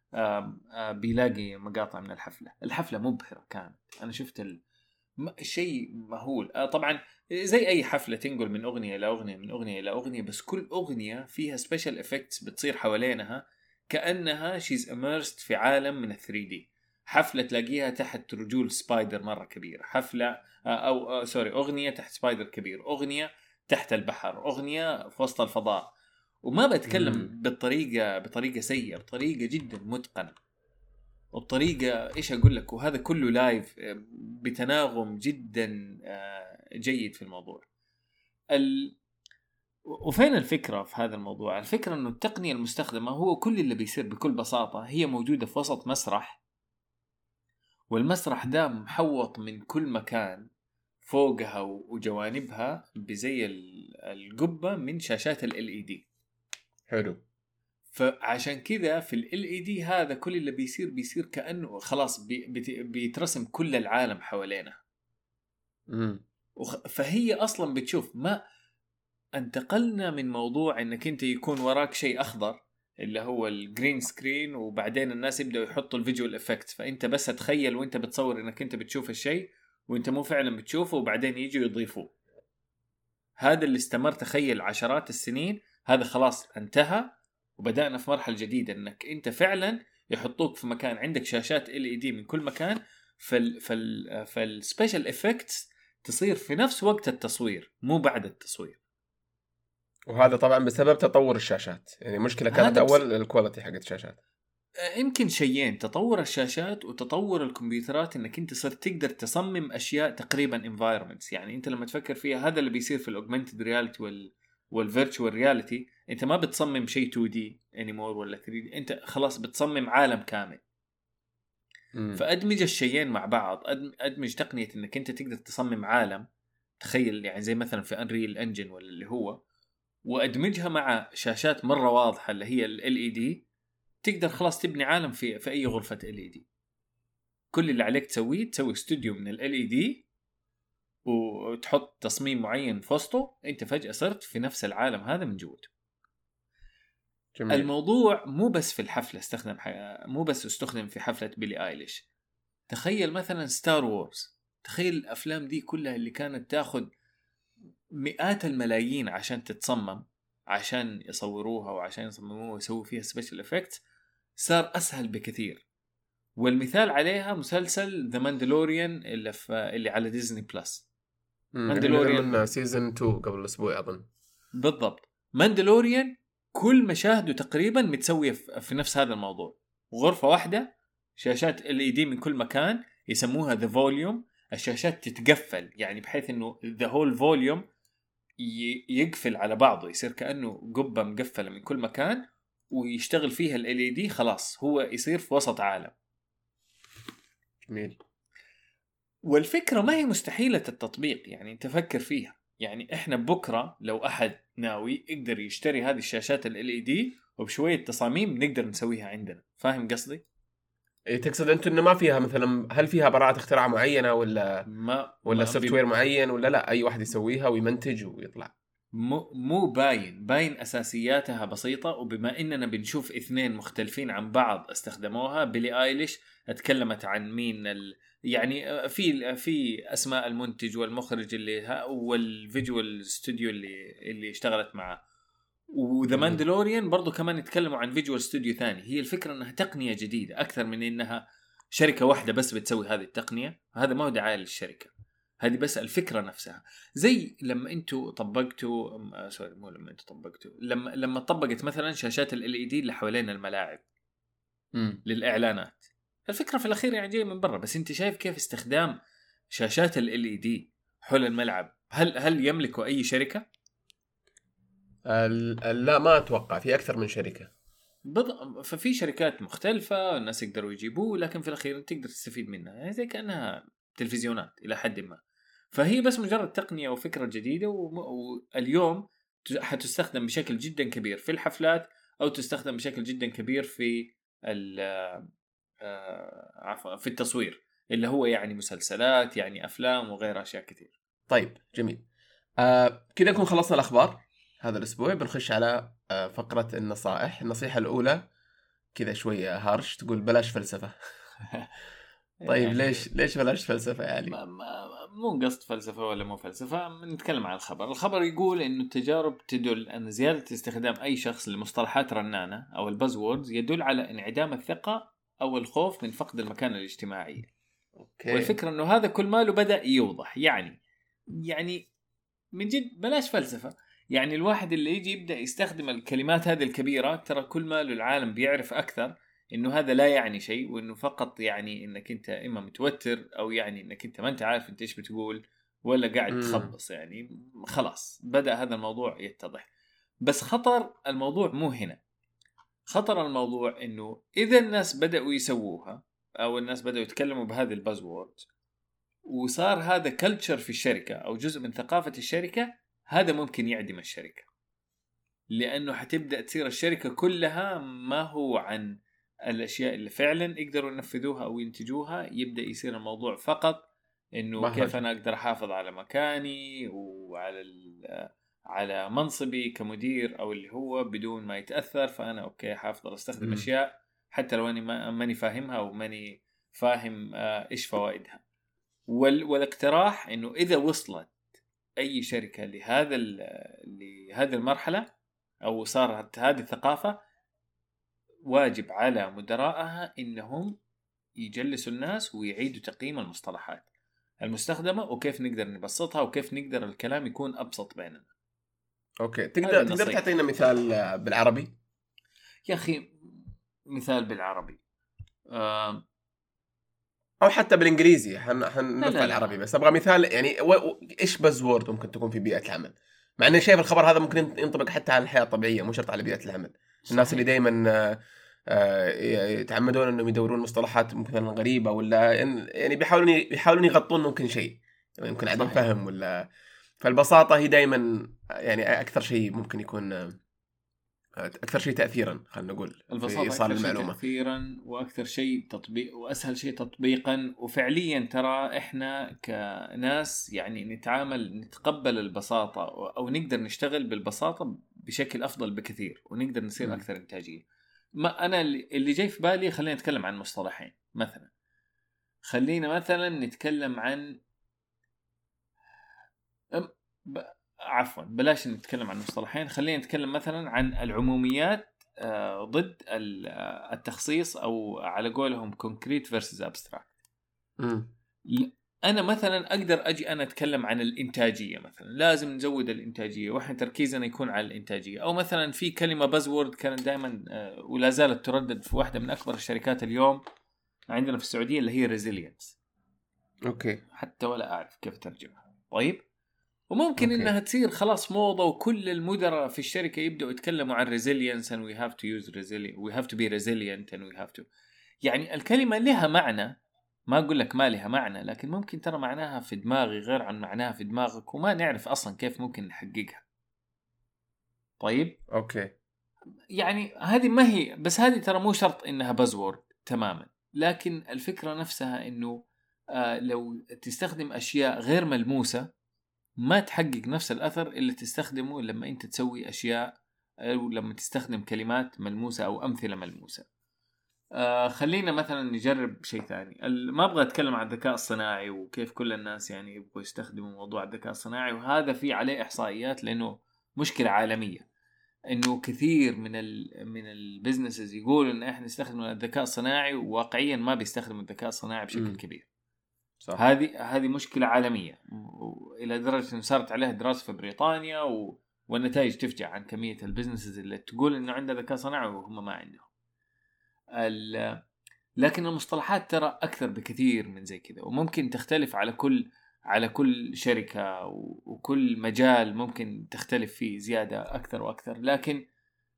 بيلاقي مقاطع من الحفلة. الحفلة مبهرة كانت، انا شفت ال... شيء مهول. طبعا زي اي حفلة تنقل من اغنية الى اغنية من اغنية الى اغنية، بس كل اغنية فيها سبيشال افكتس بتصير حوالينها كأنها شيز اميرست في عالم من الثري دي. حفلة تلاقيها تحت رجول سبايدر مرة كبير، حفلة أو, أو سوري أغنية تحت سبايدر كبير، أغنية تحت البحر، أغنية في وسط الفضاء. وما بتكلم مم. بالطريقة بطريقة سيئة، بطريقة جدا متقنة، وبطريقة إيش أقول لك، وهذا كله لايف بتناغم جدا جيد في الموضوع. ال... وفين الفكرة في هذا الموضوع؟ الفكرة أنه التقنية المستخدمة هو كل اللي بيصير بكل بساطة هي موجودة في وسط مسرح، والمسرح ده محوط من كل مكان فوقها وجوانبها بزي القبة من شاشات ال إل إي دي. حلو. فعشان كذا في ال إل إي دي هذا كل اللي بيصير بيصير كأنه خلاص بي بيترسم كل العالم حوالينا. مم. فهي أصلا بتشوف ما انتقلنا من موضوع انك انت يكون وراك شيء أخضر اللي هو الجرين سكرين، وبعدين الناس يبدأوا يحطوا الفيجوال افكت، فانت بس تخيل وانت بتصور انك انت بتشوف الشيء وانت مو فعلا بتشوفه، وبعدين يجوا يضيفوه. هذا اللي استمر تخيل عشرات السنين، هذا خلاص انتهى، وبدأنا في مرحلة جديدة انك انت فعلا يحطوك في مكان عندك شاشات إل إي دي من كل مكان، فال فال فالسبيشال افكتس تصير في نفس وقت التصوير مو بعد التصوير. وهذا طبعا بسبب تطور الشاشات، يعني مشكلة كانت أول الكواليتي حقت الشاشات. يمكن شيئين، تطور الشاشات وتطور الكمبيوترات، انك انت صرت تقدر تصمم اشياء تقريبا environments. يعني انت لما تفكر فيها هذا اللي بيصير في الاوجمانتد رياليتي وال والفيرتشوال رياليتي، انت ما بتصمم شيء تو دي انيمور ولا ثري دي، انت خلاص بتصمم عالم كامل. مم. فادمج الشيئين مع بعض، ادمج تقنية انك انت تقدر تصمم عالم، تخيل يعني زي مثلا في انريل انجن ولا اللي هو، وادمجها مع شاشات مرة واضحة اللي هي ال إل إي دي، تقدر خلاص تبني عالم في في اي غرفه إل إي دي. كل اللي عليك تسويه تسوي استوديو من ال إل إي دي وتحط تصميم معين في وسطه، انت فجاه صرت في نفس العالم هذا من جوته. جميل. الموضوع مو بس في الحفله استخدم مو بس استخدم في حفله بيلي ايليش. تخيل مثلا ستار وورز، تخيل الافلام دي كلها اللي كانت تاخذ مئات الملايين عشان تتصمم، عشان يصوروها وعشان يصمموها ويسووا فيها سبيشال افكت، صار اسهل بكثير. والمثال عليها مسلسل ذا ماندلوريان اللي في اللي على ديزني بلس. ماندلوريان من سيزن تو قبل اسبوع اظن. بالضبط. ماندلوريان كل مشاهده تقريبا متسويه في نفس هذا الموضوع، غرفه واحده، شاشات إل إي دي من كل مكان، يسموها ذا فوليوم. الشاشات تتقفل يعني بحيث انه ذا هول فوليوم يقفل على بعضه، يصير كانه قبه مقفله من كل مكان، ويشتغل فيها ال إل إي دي، خلاص هو يصير في وسط عالم. جميل. والفكرة ما هي مستحيلة التطبيق، يعني انت فكر فيها. يعني احنا بكرة لو احد ناوي يقدر يشتري هذه الشاشات ال إل إي دي وبشوية تصاميم نقدر نسويها عندنا. فاهم قصدي؟ ايه تقصد انت انه ما فيها مثلا، هل فيها براءة اختراع معينة ولا ما ولا سوفت وير معين ولا لا، اي واحد يسويها ويمنتج ويطلع؟ مو مو باين باين اساسياتها بسيطة. وبما اننا بنشوف اثنين مختلفين عن بعض استخدموها، بيلي ايليش اتكلمت عن مين ال... يعني في في اسماء المنتج والمخرج اللي والفيجوال ستوديو اللي اللي اشتغلت معه. وذا ماندلوريان برضو كمان يتكلموا عن فيجوال ستوديو ثاني. هي الفكرة انها تقنية جديدة اكثر من انها شركة واحدة بس بتسوي هذه التقنية. هذا ما هو دعاية للشركة، هذه بس الفكرة نفسها. زي لما انتوا طبقتوا آه سوري مو لما انتوا طبقتوا لما لما طبقت مثلا شاشات ال إل إي دي اللي حوالين الملاعب مم. للإعلانات. الفكرة في الأخير يعني جاية من برا، بس انت شايف كيف استخدام شاشات ال إل إي دي حول الملعب. هل هل يملكوا أي شركة؟ ال- ال- لا ما اتوقع، في اكثر من شركه. بض... ففي شركات مختلفة الناس يقدروا يجيبوه، لكن في الأخير تقدر تستفيد منها، يعني زي كأنها تلفزيونات إلى حد ما. فهي بس مجرد تقنية وفكرة جديدة، وم... واليوم ت- حتستخدم بشكل جدا كبير في الحفلات، أو تستخدم بشكل جدا كبير في ال... آه... عفوا في التصوير، اللي هو يعني مسلسلات يعني أفلام وغير أشياء كثير. طيب جميل. آه كذا نكون خلصنا الاخبار هذا الاسبوع. بنخش على آه فقره النصائح. النصيحه الاولى كذا شويه هارش، تقول بلاش فلسفه. طيب يعني ليش ليش بلاش فلسفه يا علي؟ ما ما مو قصد فلسفة ولا مو فلسفة، نتكلم عن الخبر. الخبر يقول إنه التجارب تدل أن زيادة استخدام أي شخص لمصطلحات رنانة أو البازوردز يدل على انعدام الثقة أو الخوف من فقد المكانة الاجتماعية. اوكي. والفكرة إنه هذا كل ماله بدأ يوضح. يعني يعني من جد بلاش فلسفة. يعني الواحد اللي يجي يبدأ يستخدم الكلمات هذه الكبيرة، ترى كل ماله العالم بيعرف أكثر انه هذا لا يعني شيء، وانه فقط يعني انك انت اما متوتر، او يعني انك انت ما انت عارف انت ايش بتقول، ولا قاعد امم تخبص. يعني خلاص بدأ هذا الموضوع يتضح. بس خطر الموضوع مو هنا. خطر الموضوع انه اذا الناس بدأوا يسووها، او الناس بدأوا يتكلموا بهذه البازورد، وصار هذا كلتشر في الشركة او جزء من ثقافة الشركة، هذا ممكن يعدم الشركة. لأنه حتبدأ تصير الشركة كلها ما هو عن الأشياء اللي فعلا يقدروا ينفذوها أو ينتجوها، يبدأ يصير الموضوع فقط إنه كيف بهرجة. أنا أقدر أحافظ على مكاني وعلى على منصبي كمدير، أو اللي هو بدون ما يتأثر. فأنا أوكي حافظ أستخدم امم أشياء حتى لو أني ما ماني فاهمها أو ماني فاهم إيش فوائدها. وال والاقتراح إنه إذا وصلت أي شركة لهذا لهذه المرحلة، أو صارت هذه الثقافة، واجب على مدراءها إنهم يجلسوا الناس ويعيدوا تقييم المصطلحات المستخدمة، وكيف نقدر نبسطها، وكيف نقدر الكلام يكون أبسط بيننا. اوكي. هذه تقدر تقدر النصيحة. تعطينا مثال آه، بالعربي؟ يا أخي مثال بالعربي. آه او حتى بالانجليزي، حن... لا حنرفع لا العربي، لا بس ابغى مثال. يعني و... و... ايش بزورد ممكن تكون في بيئه العمل؟ مع اني شايف الخبر هذا ممكن ينطبق حتى على الحياه الطبيعيه، مو شرط على بيئه العمل. الناس اللي صحيح. دائما آه، آه، يتعمدون انهم يدورون مصطلحات مثلا غريبه، ولا إن- يعني بيحاولون بيحاولون يغطون ممكن شيء، يعني يمكن عدم صحيح. فهم ولا. فالبساطه هي دائما يعني اكثر شيء ممكن يكون آه، اكثر شيء تاثيرا، خلينا نقول، في البساطة ايصال أكثر شيء المعلومه. تأثيرا، وأكثر شيء تطبيق، وأسهل شيء تطبيقا. وفعليا ترى إحنا كناس يعني نتعامل نتقبل البساطة، أو نقدر نشتغل بالبساطة بشكل أفضل بكثير، ونقدر نصير مم. أكثر إنتاجية. ما أنا اللي اللي جاي في بالي، خلينا نتكلم عن مصطلحين مثلا. خلينا مثلا نتكلم عن أم- ب... عفوا بلاش نتكلم عن مصطلحين، خلينا نتكلم مثلا عن العموميات آه، ضد ال- آه، التخصيص، او على قولهم concrete versus abstract. مم. ل- انا مثلا اقدر اجي انا اتكلم عن الانتاجيه مثلا، لازم نزود الانتاجيه واحنا تركيزنا يكون على الانتاجيه. او مثلا في كلمه بازورد كانت دائما ولا زالت تردد في واحده من اكبر الشركات اليوم عندنا في السعوديه، اللي هي resilience. اوكي. حتى ولا اعرف كيف ترجمها. طيب، وممكن اوكي. انها تصير خلاص موضة، وكل المدراء في الشركة يبدأوا يتكلموا عن resilience and we have to use resilient we have to be resilient and we have to. يعني الكلمة لها معنى، ما أقول لك ما لها معنى، لكن ممكن ترى معناها في دماغي غير عن معناها في دماغك، وما نعرف أصلا كيف ممكن نحققها. طيب، اوكي. يعني هذه ما هي، بس هذه ترى مو شرط إنها بازورد تماما، لكن الفكرة نفسها إنه آه لو تستخدم أشياء غير ملموسة ما تحقق نفس الأثر اللي تستخدمه لما أنت تسوي أشياء، أو لما تستخدم كلمات ملموسة أو أمثلة ملموسة. آه خلينا مثلا نجرب شيء ثاني. ما أبغى أتكلم عن الذكاء الصناعي وكيف كل الناس يعني يبغوا يستخدموا موضوع الذكاء الصناعي، وهذا فيه عليه إحصائيات لأنه مشكلة عالمية. إنه كثير من ال من البزنسز يقولوا إن إحنا نستخدم الذكاء الصناعي، وواقعيا ما بيستخدموا الذكاء الصناعي بشكل مم. كبير. صح. هذه هذه مشكلة عالمية، إلى درجة أن صارت عليها دراسة في بريطانيا و... والنتائج تفجع عن كمية البزنسز اللي تقول إنه عندها ذكاء صناعي وهم ما عندهم. ال... لكن المصطلحات ترى أكثر بكثير من زي كذا، وممكن تختلف على كل على كل شركة و... وكل مجال ممكن تختلف فيه زيادة أكثر وأكثر. لكن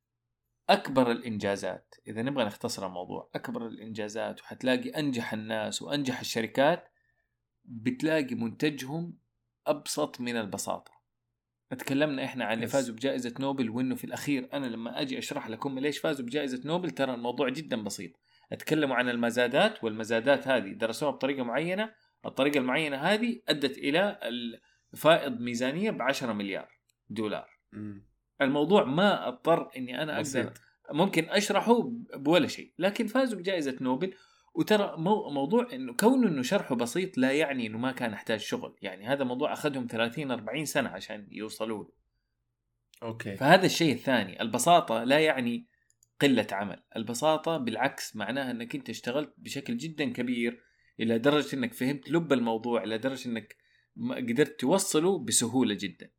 أكبر الإنجازات، إذا نبغى نختصر الموضوع، أكبر الإنجازات وحتلاقي أنجح الناس وأنجح الشركات بتلاقي منتجهم أبسط من البساطة. اتكلمنا إحنا عن اللي فازوا بجائزة نوبل، وإنه في الأخير أنا لما أجي أشرح لكم ليش فازوا بجائزة نوبل ترى الموضوع جدا بسيط. اتكلموا عن المزادات، والمزادات هذه درسوها بطريقة معينة، الطريقة المعينة هذه أدت إلى الفائض ميزانية بعشرة مليار دولار. م. الموضوع ما اضطر إني أنا بسيط. أقدر ممكن أشرحه بولا شيء، لكن فازوا بجائزة نوبل. وترى مو موضوع إنه كونه إنه شرحه بسيط لا يعني إنه ما كان يحتاج شغل، يعني هذا موضوع أخذهم ثلاثين أربعين سنة عشان يوصلوا له. أوكي. فهذا الشيء الثاني، البساطة لا يعني قلة عمل، البساطة بالعكس معناها إنك أنت اشتغلت بشكل جدا كبير إلى درجة إنك فهمت لب الموضوع، إلى درجة إنك قدرت توصله بسهولة جدا.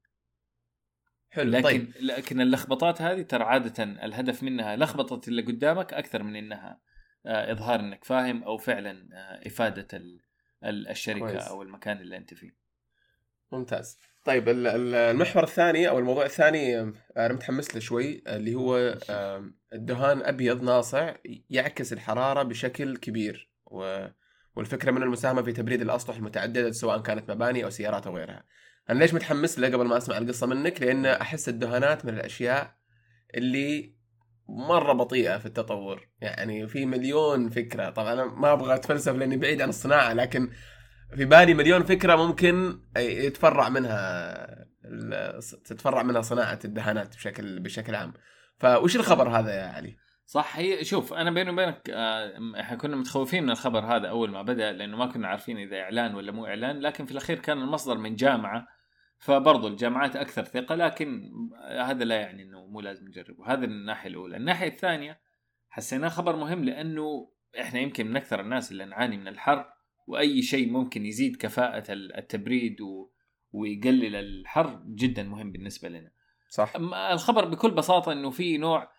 حلو. لكن طيب. لكن اللخبطات هذه ترى عادة الهدف منها لخبطة اللي قدامك أكثر من إنها إظهار إنك فاهم أو فعلا إفادة الشركة كويس. أو المكان اللي أنت فيه. ممتاز. طيب المحور الثاني أو الموضوع الثاني أنا متحمس له شوي، اللي هو الدهان أبيض ناصع يعكس الحرارة بشكل كبير، والفكرة من المساهمة في تبريد الأسطح المتعددة سواء كانت مباني أو سيارات أو غيرها. أنا ليش متحمس له قبل ما أسمع القصة منك؟ لأن أحس الدهانات من الأشياء اللي مرة بطيئة في التطور، يعني في مليون فكرة. طبعا أنا ما أبغى أتفلسف لأني بعيد عن الصناعة، لكن في بالي مليون فكرة ممكن يتفرع منها تتفرع منها صناعة الدهانات بشكل بشكل عام. فوش الخبر هذا يا علي؟ صح. هي شوف، أنا بيني وبينك إحنا كنا متخوفين من الخبر هذا أول ما بدأ، لأنه ما كنا عارفين إذا إعلان ولا مو إعلان، لكن في الأخير كان المصدر من جامعة، فبرضو الجامعات أكثر ثقة. لكن هذا لا يعني أنه مو لازم نجربه. هذا الناحية الأولى. الناحية الثانية حسيناه خبر مهم، لأنه إحنا يمكن من أكثر الناس اللي نعاني من الحر، وأي شيء ممكن يزيد كفاءة التبريد و... ويقلل الحر جدا مهم بالنسبة لنا. صح. الخبر بكل بساطة أنه في نوع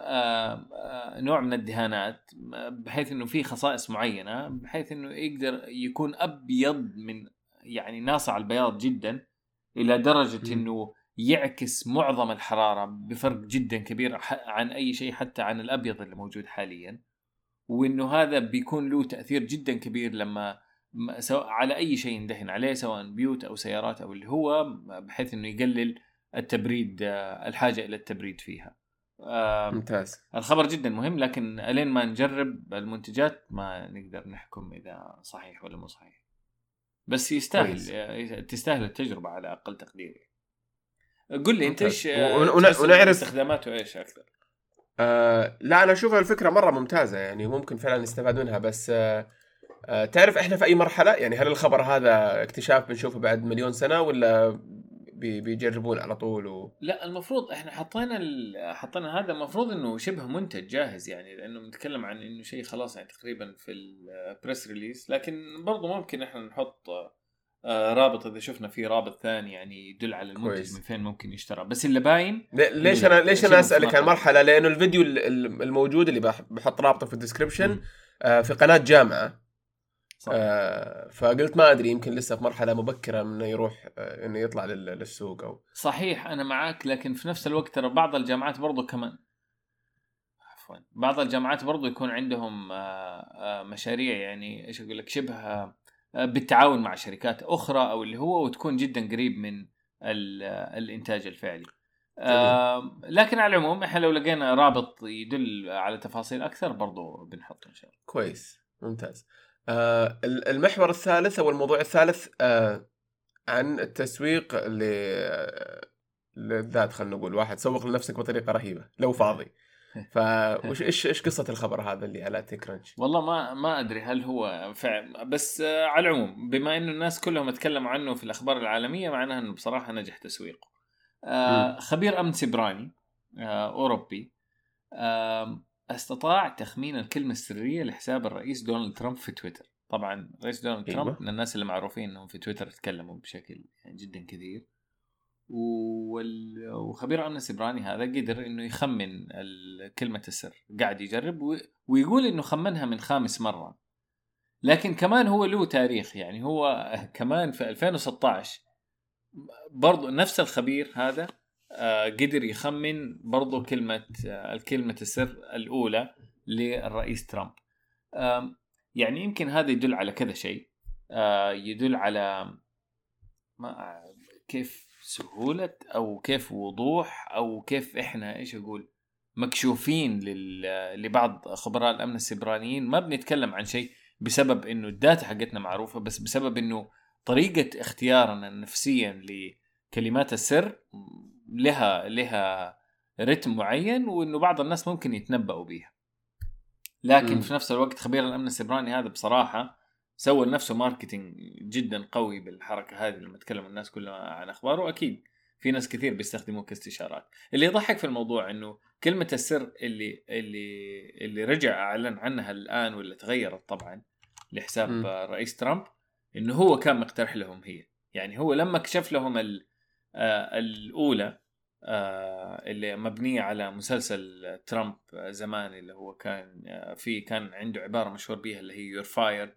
نوع من الدهانات بحيث أنه في خصائص معينة بحيث أنه يقدر يكون أبيض من يعني ناصع البياض جدا، إلى درجة م. أنه يعكس معظم الحرارة بفرق جدا كبير عن أي شيء، حتى عن الأبيض اللي موجود حاليا. وأنه هذا بيكون له تأثير جدا كبير لما سواء على أي شيء يندهن عليه، سواء بيوت أو سيارات أو اللي هو، بحيث أنه يقلل التبريد، الحاجة إلى التبريد فيها. ممتاز. الخبر جدا مهم، لكن ألين ما نجرب المنتجات ما نقدر نحكم إذا صحيح ولا مو صحيح. بس يستاهل، تستاهل التجربة على أقل تقدير. قل لي أنت إيش ونعرف استخداماته إيش أكثر؟ آه لا أنا أشوف الفكرة مرة ممتازة، يعني ممكن فعلا نستفاد منها. بس آه آه تعرف إحنا في أي مرحلة؟ يعني هل الخبر هذا اكتشاف بنشوفه بعد مليون سنة، ولا بي بيجربون على طول و... لا المفروض إحنا حطينا ال... حطينا هذا المفروض إنه شبه منتج جاهز، يعني لأنه بنتكلم عن إنه شيء خلاص يعني تقريبا في البريس ريليس. لكن برضو ممكن إحنا نحط آه رابط إذا شفنا فيه رابط ثاني يعني يدل على المنتج كويس. من فين ممكن يشترى. بس اللي باين ليش أنا ليش أنا أسألك عن المرحلة، لأنه الفيديو الموجود اللي بحط رابطه في الديسكريبشن آه في قناة جامعة، آه فقلت ما أدري يمكن لسه في مرحلة مبكرة إنه يروح آه إنه يطلع للسوق أو صحيح. أنا معاك، لكن في نفس الوقت ترى بعض الجامعات برضو كمان عفوا بعض الجامعات برضو يكون عندهم آه آه مشاريع، يعني إيش أقول لك، شبه آه بالتعاون مع شركات أخرى أو اللي هو، وتكون جدا قريب من الإنتاج الفعلي. آه لكن على العموم إحنا لو لقينا رابط يدل على تفاصيل أكثر برضو بنحطه إن شاء الله. كويس. ممتاز. آه المحور الثالث أو الموضوع الثالث آه عن التسويق للذات. خلنا نقول واحد سوق لنفسك بطريقة رهيبة لو فاضي. فوش إيش إيش قصة الخبر هذا اللي على تيكرانش؟ والله ما ما أدري هل هو فعلا، بس آه على العموم بما إنه الناس كلهم اتكلموا عنه في الأخبار العالمية معناها إنه بصراحة نجح تسويقه. آه خبير أمن سيبراني آه أوروبي آه استطاع تخمين الكلمة السرية لحساب الرئيس دونالد ترامب في تويتر. طبعا رئيس دونالد أيوة. ترامب من الناس اللي معروفين انهم في تويتر يتكلموا بشكل يعني جدا كثير، وال... وخبير امن السيبراني هذا قدر انه يخمن كلمه السر، قاعد يجرب و... ويقول انه خمنها من خامس مره. لكن كمان هو له تاريخ، يعني هو كمان في ألفين وستة عشر برضو نفس الخبير هذا قدر يخمن برضو كلمة الكلمة السر الأولى للرئيس ترامب. يعني يمكن هذا يدل على كذا شيء، يدل على ما كيف سهولة أو كيف وضوح أو كيف إحنا إيش أقول مكشوفين لبعض خبراء الأمن السيبرانيين. ما بنتكلم عن شيء بسبب إنه الداتا حقتنا معروفة، بس بسبب إنه طريقة اختيارنا نفسيا لكلمات السر لها لها رتم معين، وإنه بعض الناس ممكن يتنبأوا بيها. لكن م. في نفس الوقت خبير الأمن السيبراني هذا بصراحة سوى لنفسه ماركتينج جدا قوي بالحركة هذه لما تكلم الناس كلها عن أخباره. أكيد في ناس كثير بيستخدموه كاستشارات. اللي يضحك في الموضوع إنه كلمة السر اللي اللي اللي رجع أعلن عنها الآن واللي تغيرت طبعا لحساب م. رئيس ترامب، إنه هو كان مقترح لهم هي. يعني هو لما كشف لهم آه الأولى آه اللي مبنية على مسلسل ترامب زمان اللي هو كان آه فيه كان عنده عبارة مشهور بيها اللي هي You're fired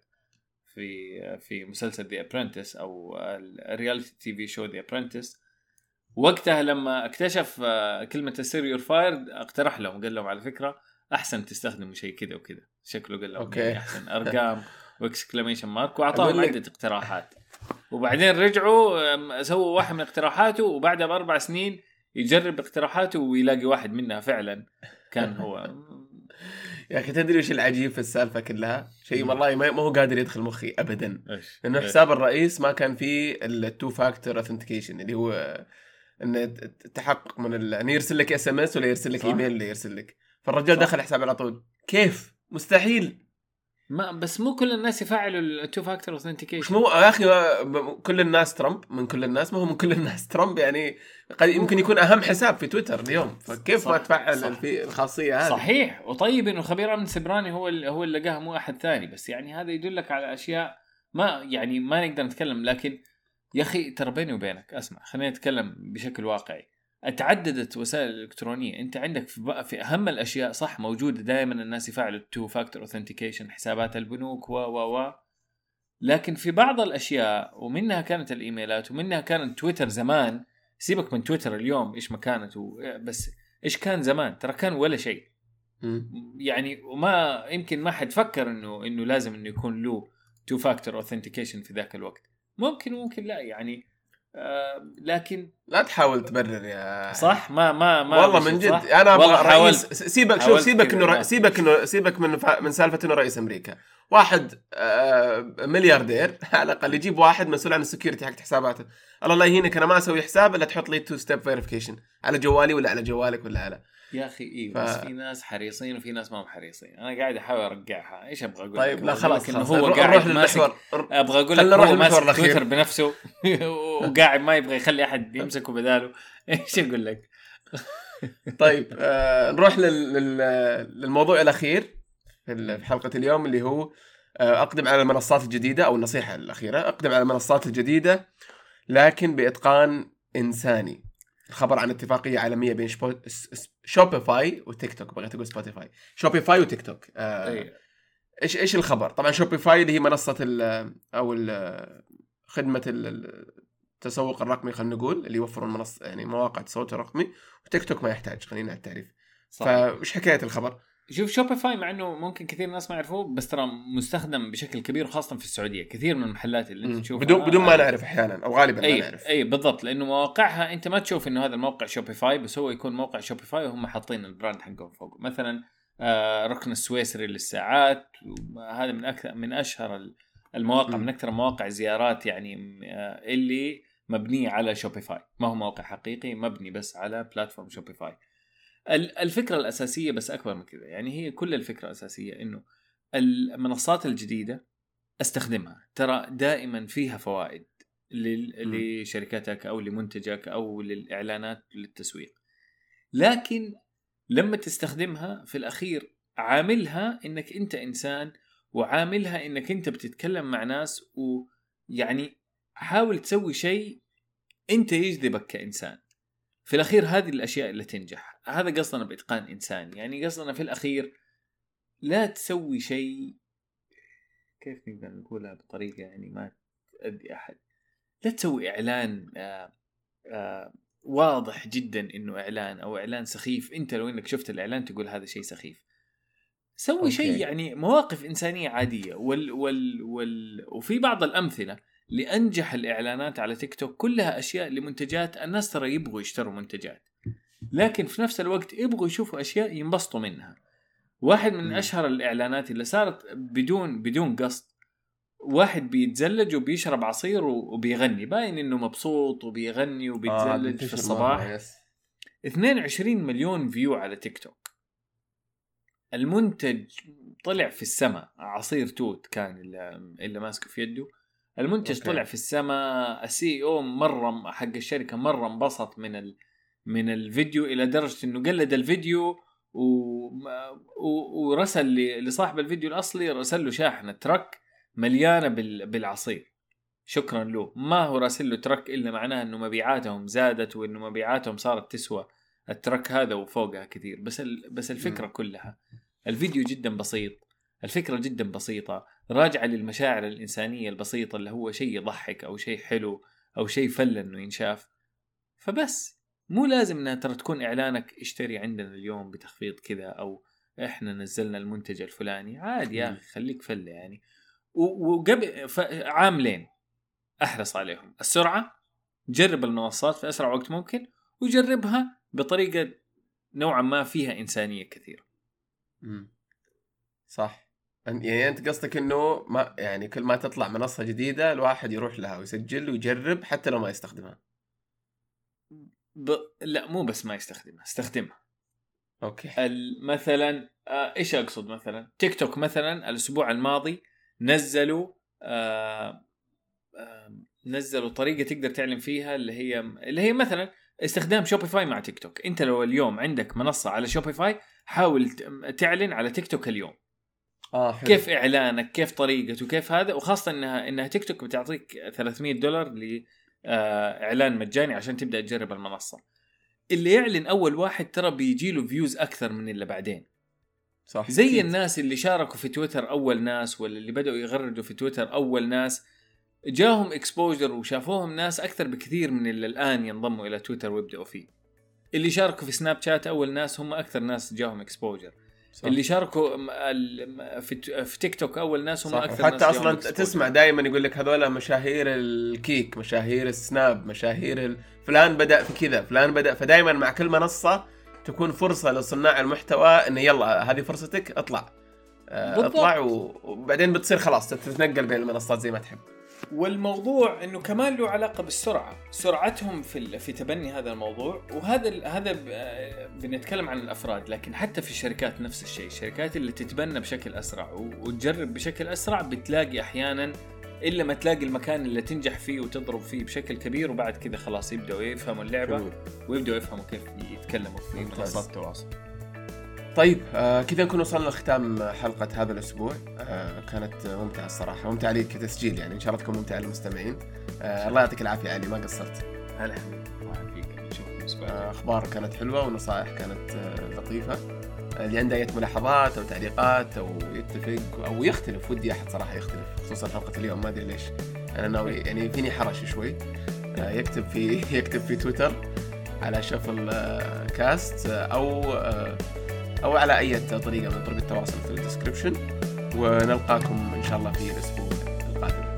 في في مسلسل The Apprentice أو الرياليتي تي في شو The Apprentice. وقتها لما اكتشف آه كلمة السر You're fired اقترح لهم، قال لهم على فكرة أحسن تستخدموا شيء كذا وكذا. شكله قال لهم يعني أحسن أرقام وإكسكلاميشن مارك، وأعطاهم عدة اقتراحات. وبعدين رجعوا سووا واحد من اقتراحاته، وبعدها بأربع سنين يجرب اقتراحاته ويلاقي واحد منها فعلا كان هو. يا أخي تدري وش العجيب في السالفة كلها؟ شيء والله ما هو قادر يدخل مخي أبدا. إنه حساب الرئيس ما كان فيه التو فاكتور أوثنتيكيشن اللي هو إنه التحقق من ال... إنه يرسل لك إس إم إس ولا يرسل لك إيميل ولا يرسل لك. فالرجال صح. دخل حساب على طول. كيف؟ مستحيل. ما بس مو كل الناس يفعلوا التو فاكتور اوثنتيكيشن. مو يا اخي كل الناس ترامب، من كل الناس ما هو من كل الناس ترامب. يعني قد يمكن يكون اهم حساب في تويتر اليوم، فكيف ما تفعل في الخاصيه هذه؟ صحيح. وطيب انه خبير امن سيبراني هو اللي هو اللي لقاها مو احد ثاني، بس يعني هذا يدلك على اشياء ما يعني ما نقدر نتكلم. لكن يا اخي ترى بيني وبينك اسمع، خلينا نتكلم بشكل واقعي. اتعددت وسائل الالكترونيه، انت عندك في اهم الاشياء صح موجوده دائما الناس يفعلوا التو فاكتور اوثنتيكيشن، حسابات البنوك و و و لكن في بعض الاشياء ومنها كانت الايميلات ومنها كانت تويتر زمان. سيبك من تويتر اليوم ايش مكانته، بس ايش كان زمان ترى كان ولا شيء. يعني وما يمكن ما حد فكر انه انه لازم انه يكون له تو فاكتور اوثنتيكيشن في ذاك الوقت. ممكن ممكن لا يعني آه لكن لا تحاول تبرر يا صح. ما ما ما والله من جد انا ابغى رئيس. سيبك شوف سيبك انه سيبك انه سيبك من من سالفه انه رئيس امريكا. واحد آه ملياردير على الاقل يجيب واحد مسؤول عن السكيورتي حق حساباته. الله الله يهينك انا ما اسوي حساب الا تحط لي تو ستيب فيريفيكيشن على جوالي ولا على جوالك ولا على. يا اخي ايه ف... بس في ناس حريصين وفي ناس ما هم حريصين. انا قاعد احاول ارجعها. ايش ابغى اقول؟ طيب لا خلاص انه هو قاعد ماسك. ابغى اقول لك هو ماسك تويتر بنفسه وقاعد ما يبغى يخلي احد يمسكه بداله. ايش اقول لك؟ طيب آه نروح لل... لل... للموضوع الاخير في حلقه اليوم اللي هو آه اقدم على المنصات الجديده، او النصيحه الاخيره اقدم على المنصات الجديده لكن باتقان انساني. الخبر عن اتفاقية عالمية بين شبو... شوبيفاي وتيك توك. بغيت أقول سبوتيفاي. شوبيفاي وتيك توك. آه... إيش إيش الخبر؟ طبعا شوبيفاي اللي هي منصة ال أو ال خدمة التسوق الرقمي خلينا نقول، اللي يوفر المنصة يعني مواقع التسوق الرقمي. وتيك توك ما يحتاج، خلينا على التعريف. فإيش حكاية الخبر؟ شوف شوبيفاي مع انه ممكن كثير ناس ما يعرفوه، بس ترى مستخدم بشكل كبير خاصه في السعوديه. كثير من المحلات اللي انت تشوفها بدون بدون ما نعرف احيانا او غالبا أي ما نعرف. اي بالضبط، لانه مواقعها انت ما تشوف انه هذا الموقع شوبيفاي، بس هو يكون موقع شوبيفاي وهم حاطين البراند حقهم فوق. مثلا آه ركن السويسري للساعات، هذا من اكثر من اشهر المواقع، م. من اكثر مواقع زيارات يعني آه اللي مبنيه على شوبيفاي. ما هو موقع حقيقي، مبني بس على بلاتفورم شوبيفاي. الفكرة الأساسية بس أكبر من كذا، يعني هي كل الفكرة الأساسية إنه المنصات الجديدة استخدمها، ترى دائما فيها فوائد لشركتك أو لمنتجك أو للإعلانات للتسويق. لكن لما تستخدمها في الأخير عاملها إنك أنت إنسان وعاملها انك انت بتتكلم مع ناس، ويعني حاول تسوي شيء انت يجذبك كإنسان. في الأخير هذه الأشياء اللي تنجح. هذا قصدنا بإتقان إنسان، يعني قصدنا في الأخير لا تسوي شيء، كيف نقدر نقولها بطريقة يعني ما تأذي أحد. لا تسوي إعلان آآ آآ واضح جدا إنه إعلان أو إعلان سخيف. أنت لو إنك شفت الإعلان تقول هذا شيء سخيف. سوي أوكي. شيء يعني مواقف إنسانية عادية. وال وال وال وفي بعض الأمثلة لأنجح الإعلانات على تيك توك كلها أشياء لمنتجات الناس ترى يبغوا يشتروا منتجات، لكن في نفس الوقت يبغوا يشوفوا أشياء ينبسطوا منها. واحد من أشهر الإعلانات اللي صارت بدون بدون قصد، واحد بيتزلج وبيشرب عصير وبيغني، باين إنه مبسوط وبيغني وبيتزلج آه في الصباح. اثنين وعشرين مليون فيو على تيك توك. المنتج طلع في السماء، عصير توت كان اللي, اللي ماسكه في يده. المنتج أوكي. طلع في السماء. السي او مره حق الشركه مره انبسط من ال من الفيديو الى درجه انه قلد الفيديو و... و... ورسل لصاحب الفيديو الاصلي، رسل له شاحنه ترك مليانه بال... بالعصير شكرا له. ما هو راسل له ترك الا معناه انه مبيعاتهم زادت وانه مبيعاتهم صارت تسوى الترك هذا وفوقها كثير. بس ال... بس الفكره م. كلها الفيديو جدا بسيط، الفكرة جدا بسيطة، راجعة للمشاعر الإنسانية البسيطة اللي هو شيء يضحك أو شيء حلو أو شيء فل إنه ينشاف. فبس مو لازم إنها ترى تكون إعلانك اشتري عندنا اليوم بتخفيض كذا أو إحنا نزلنا المنتج الفلاني. عادي يا أخي خليك فل يعني. وقبل عاملين أحرص عليهم: السرعة، جرب المنصات في أسرع وقت ممكن، وجربها بطريقة نوعا ما فيها إنسانية كثير. مم. صح. يعني أنت قصدك إنه ما يعني كل ما تطلع منصة جديدة الواحد يروح لها ويسجل ويجرب حتى لو ما يستخدمها. ب... لا مو بس ما يستخدمها، استخدمها. أوكي. مثلا آه إيش أقصد؟ مثلا تيك توك مثلا الأسبوع الماضي نزلوا آه آه نزلوا طريقة تقدر تعلن فيها اللي هي اللي هي مثلا استخدام شوبيفاي مع تيك توك. أنت لو اليوم عندك منصة على شوبيفاي حاول تعلن على تيك توك اليوم. آه حلو. كيف إعلانك، كيف طريقته، كيف هذا. وخاصة إنها إنها تيك توك بتعطيك ثلاثمية دولار لإعلان مجاني عشان تبدأ تجرب المنصة. اللي يعلن أول واحد ترى بيجيله فيوز أكثر من اللي بعدين. صح. زي أكيد. الناس اللي شاركوا في تويتر أول ناس، ولا اللي بدأوا يغردوا في تويتر أول ناس، جاهم إكسبوجر وشافوهم ناس أكثر بكثير من اللي الآن ينضموا إلى تويتر ويبدأوا فيه. اللي شاركوا في سناب شات أول ناس هم أكثر ناس جاهم إكسبوجر. صح. اللي شاركوا في في تيك توك اول ناس هم اكثر ناس. حتى اصلا تسمع دائما يقول لك هذول مشاهير الكيك، مشاهير السناب، مشاهير فلان بدا في كذا، فلان بدا. فدائما مع كل منصه تكون فرصه لصناع المحتوى انه يلا هذه فرصتك اطلع اطلع، وبعدين بتصير خلاص تتنقل بين المنصات زي ما تحب. والموضوع انه كمان له علاقه بالسرعه، سرعتهم في في تبني هذا الموضوع. وهذا هذا بنتكلم عن الافراد، لكن حتى في الشركات نفس الشيء. الشركات اللي تتبنى بشكل اسرع وتجرب بشكل اسرع بتلاقي احيانا الا ما تلاقي المكان اللي تنجح فيه وتضرب فيه بشكل كبير، وبعد كذا خلاص يبداوا يفهموا اللعبه ويبداوا يفهموا كيف يتكلموا في منصات التواصل. طيب آه كذا نكون وصلنا لختام حلقة هذا الأسبوع. آه كانت ممتعة الصراحة، ممتعة لي كتسجيل يعني، إن شاء الله تكون ممتعة للمستمعين. آه الله يعطيك العافية علي، ما قصرت. هلا حبيبي، الله يعافيك. نشوف آه أخبار كانت حلوة ونصائح كانت آه لطيفة. آه اللي عنده أي ملاحظات أو تعليقات أو يتفق أو يختلف، ودي أحد صراحة يختلف، خصوصا حلقة اليوم ما أدري ليش أنا ناوي يعني فيني حرش شوي. آه يكتب في يكتب في تويتر على شفل آه كاست آه أو آه أو على أي طريقة من طرق التواصل في الديسكريبشن، ونلقاكم إن شاء الله في الأسبوع القادم.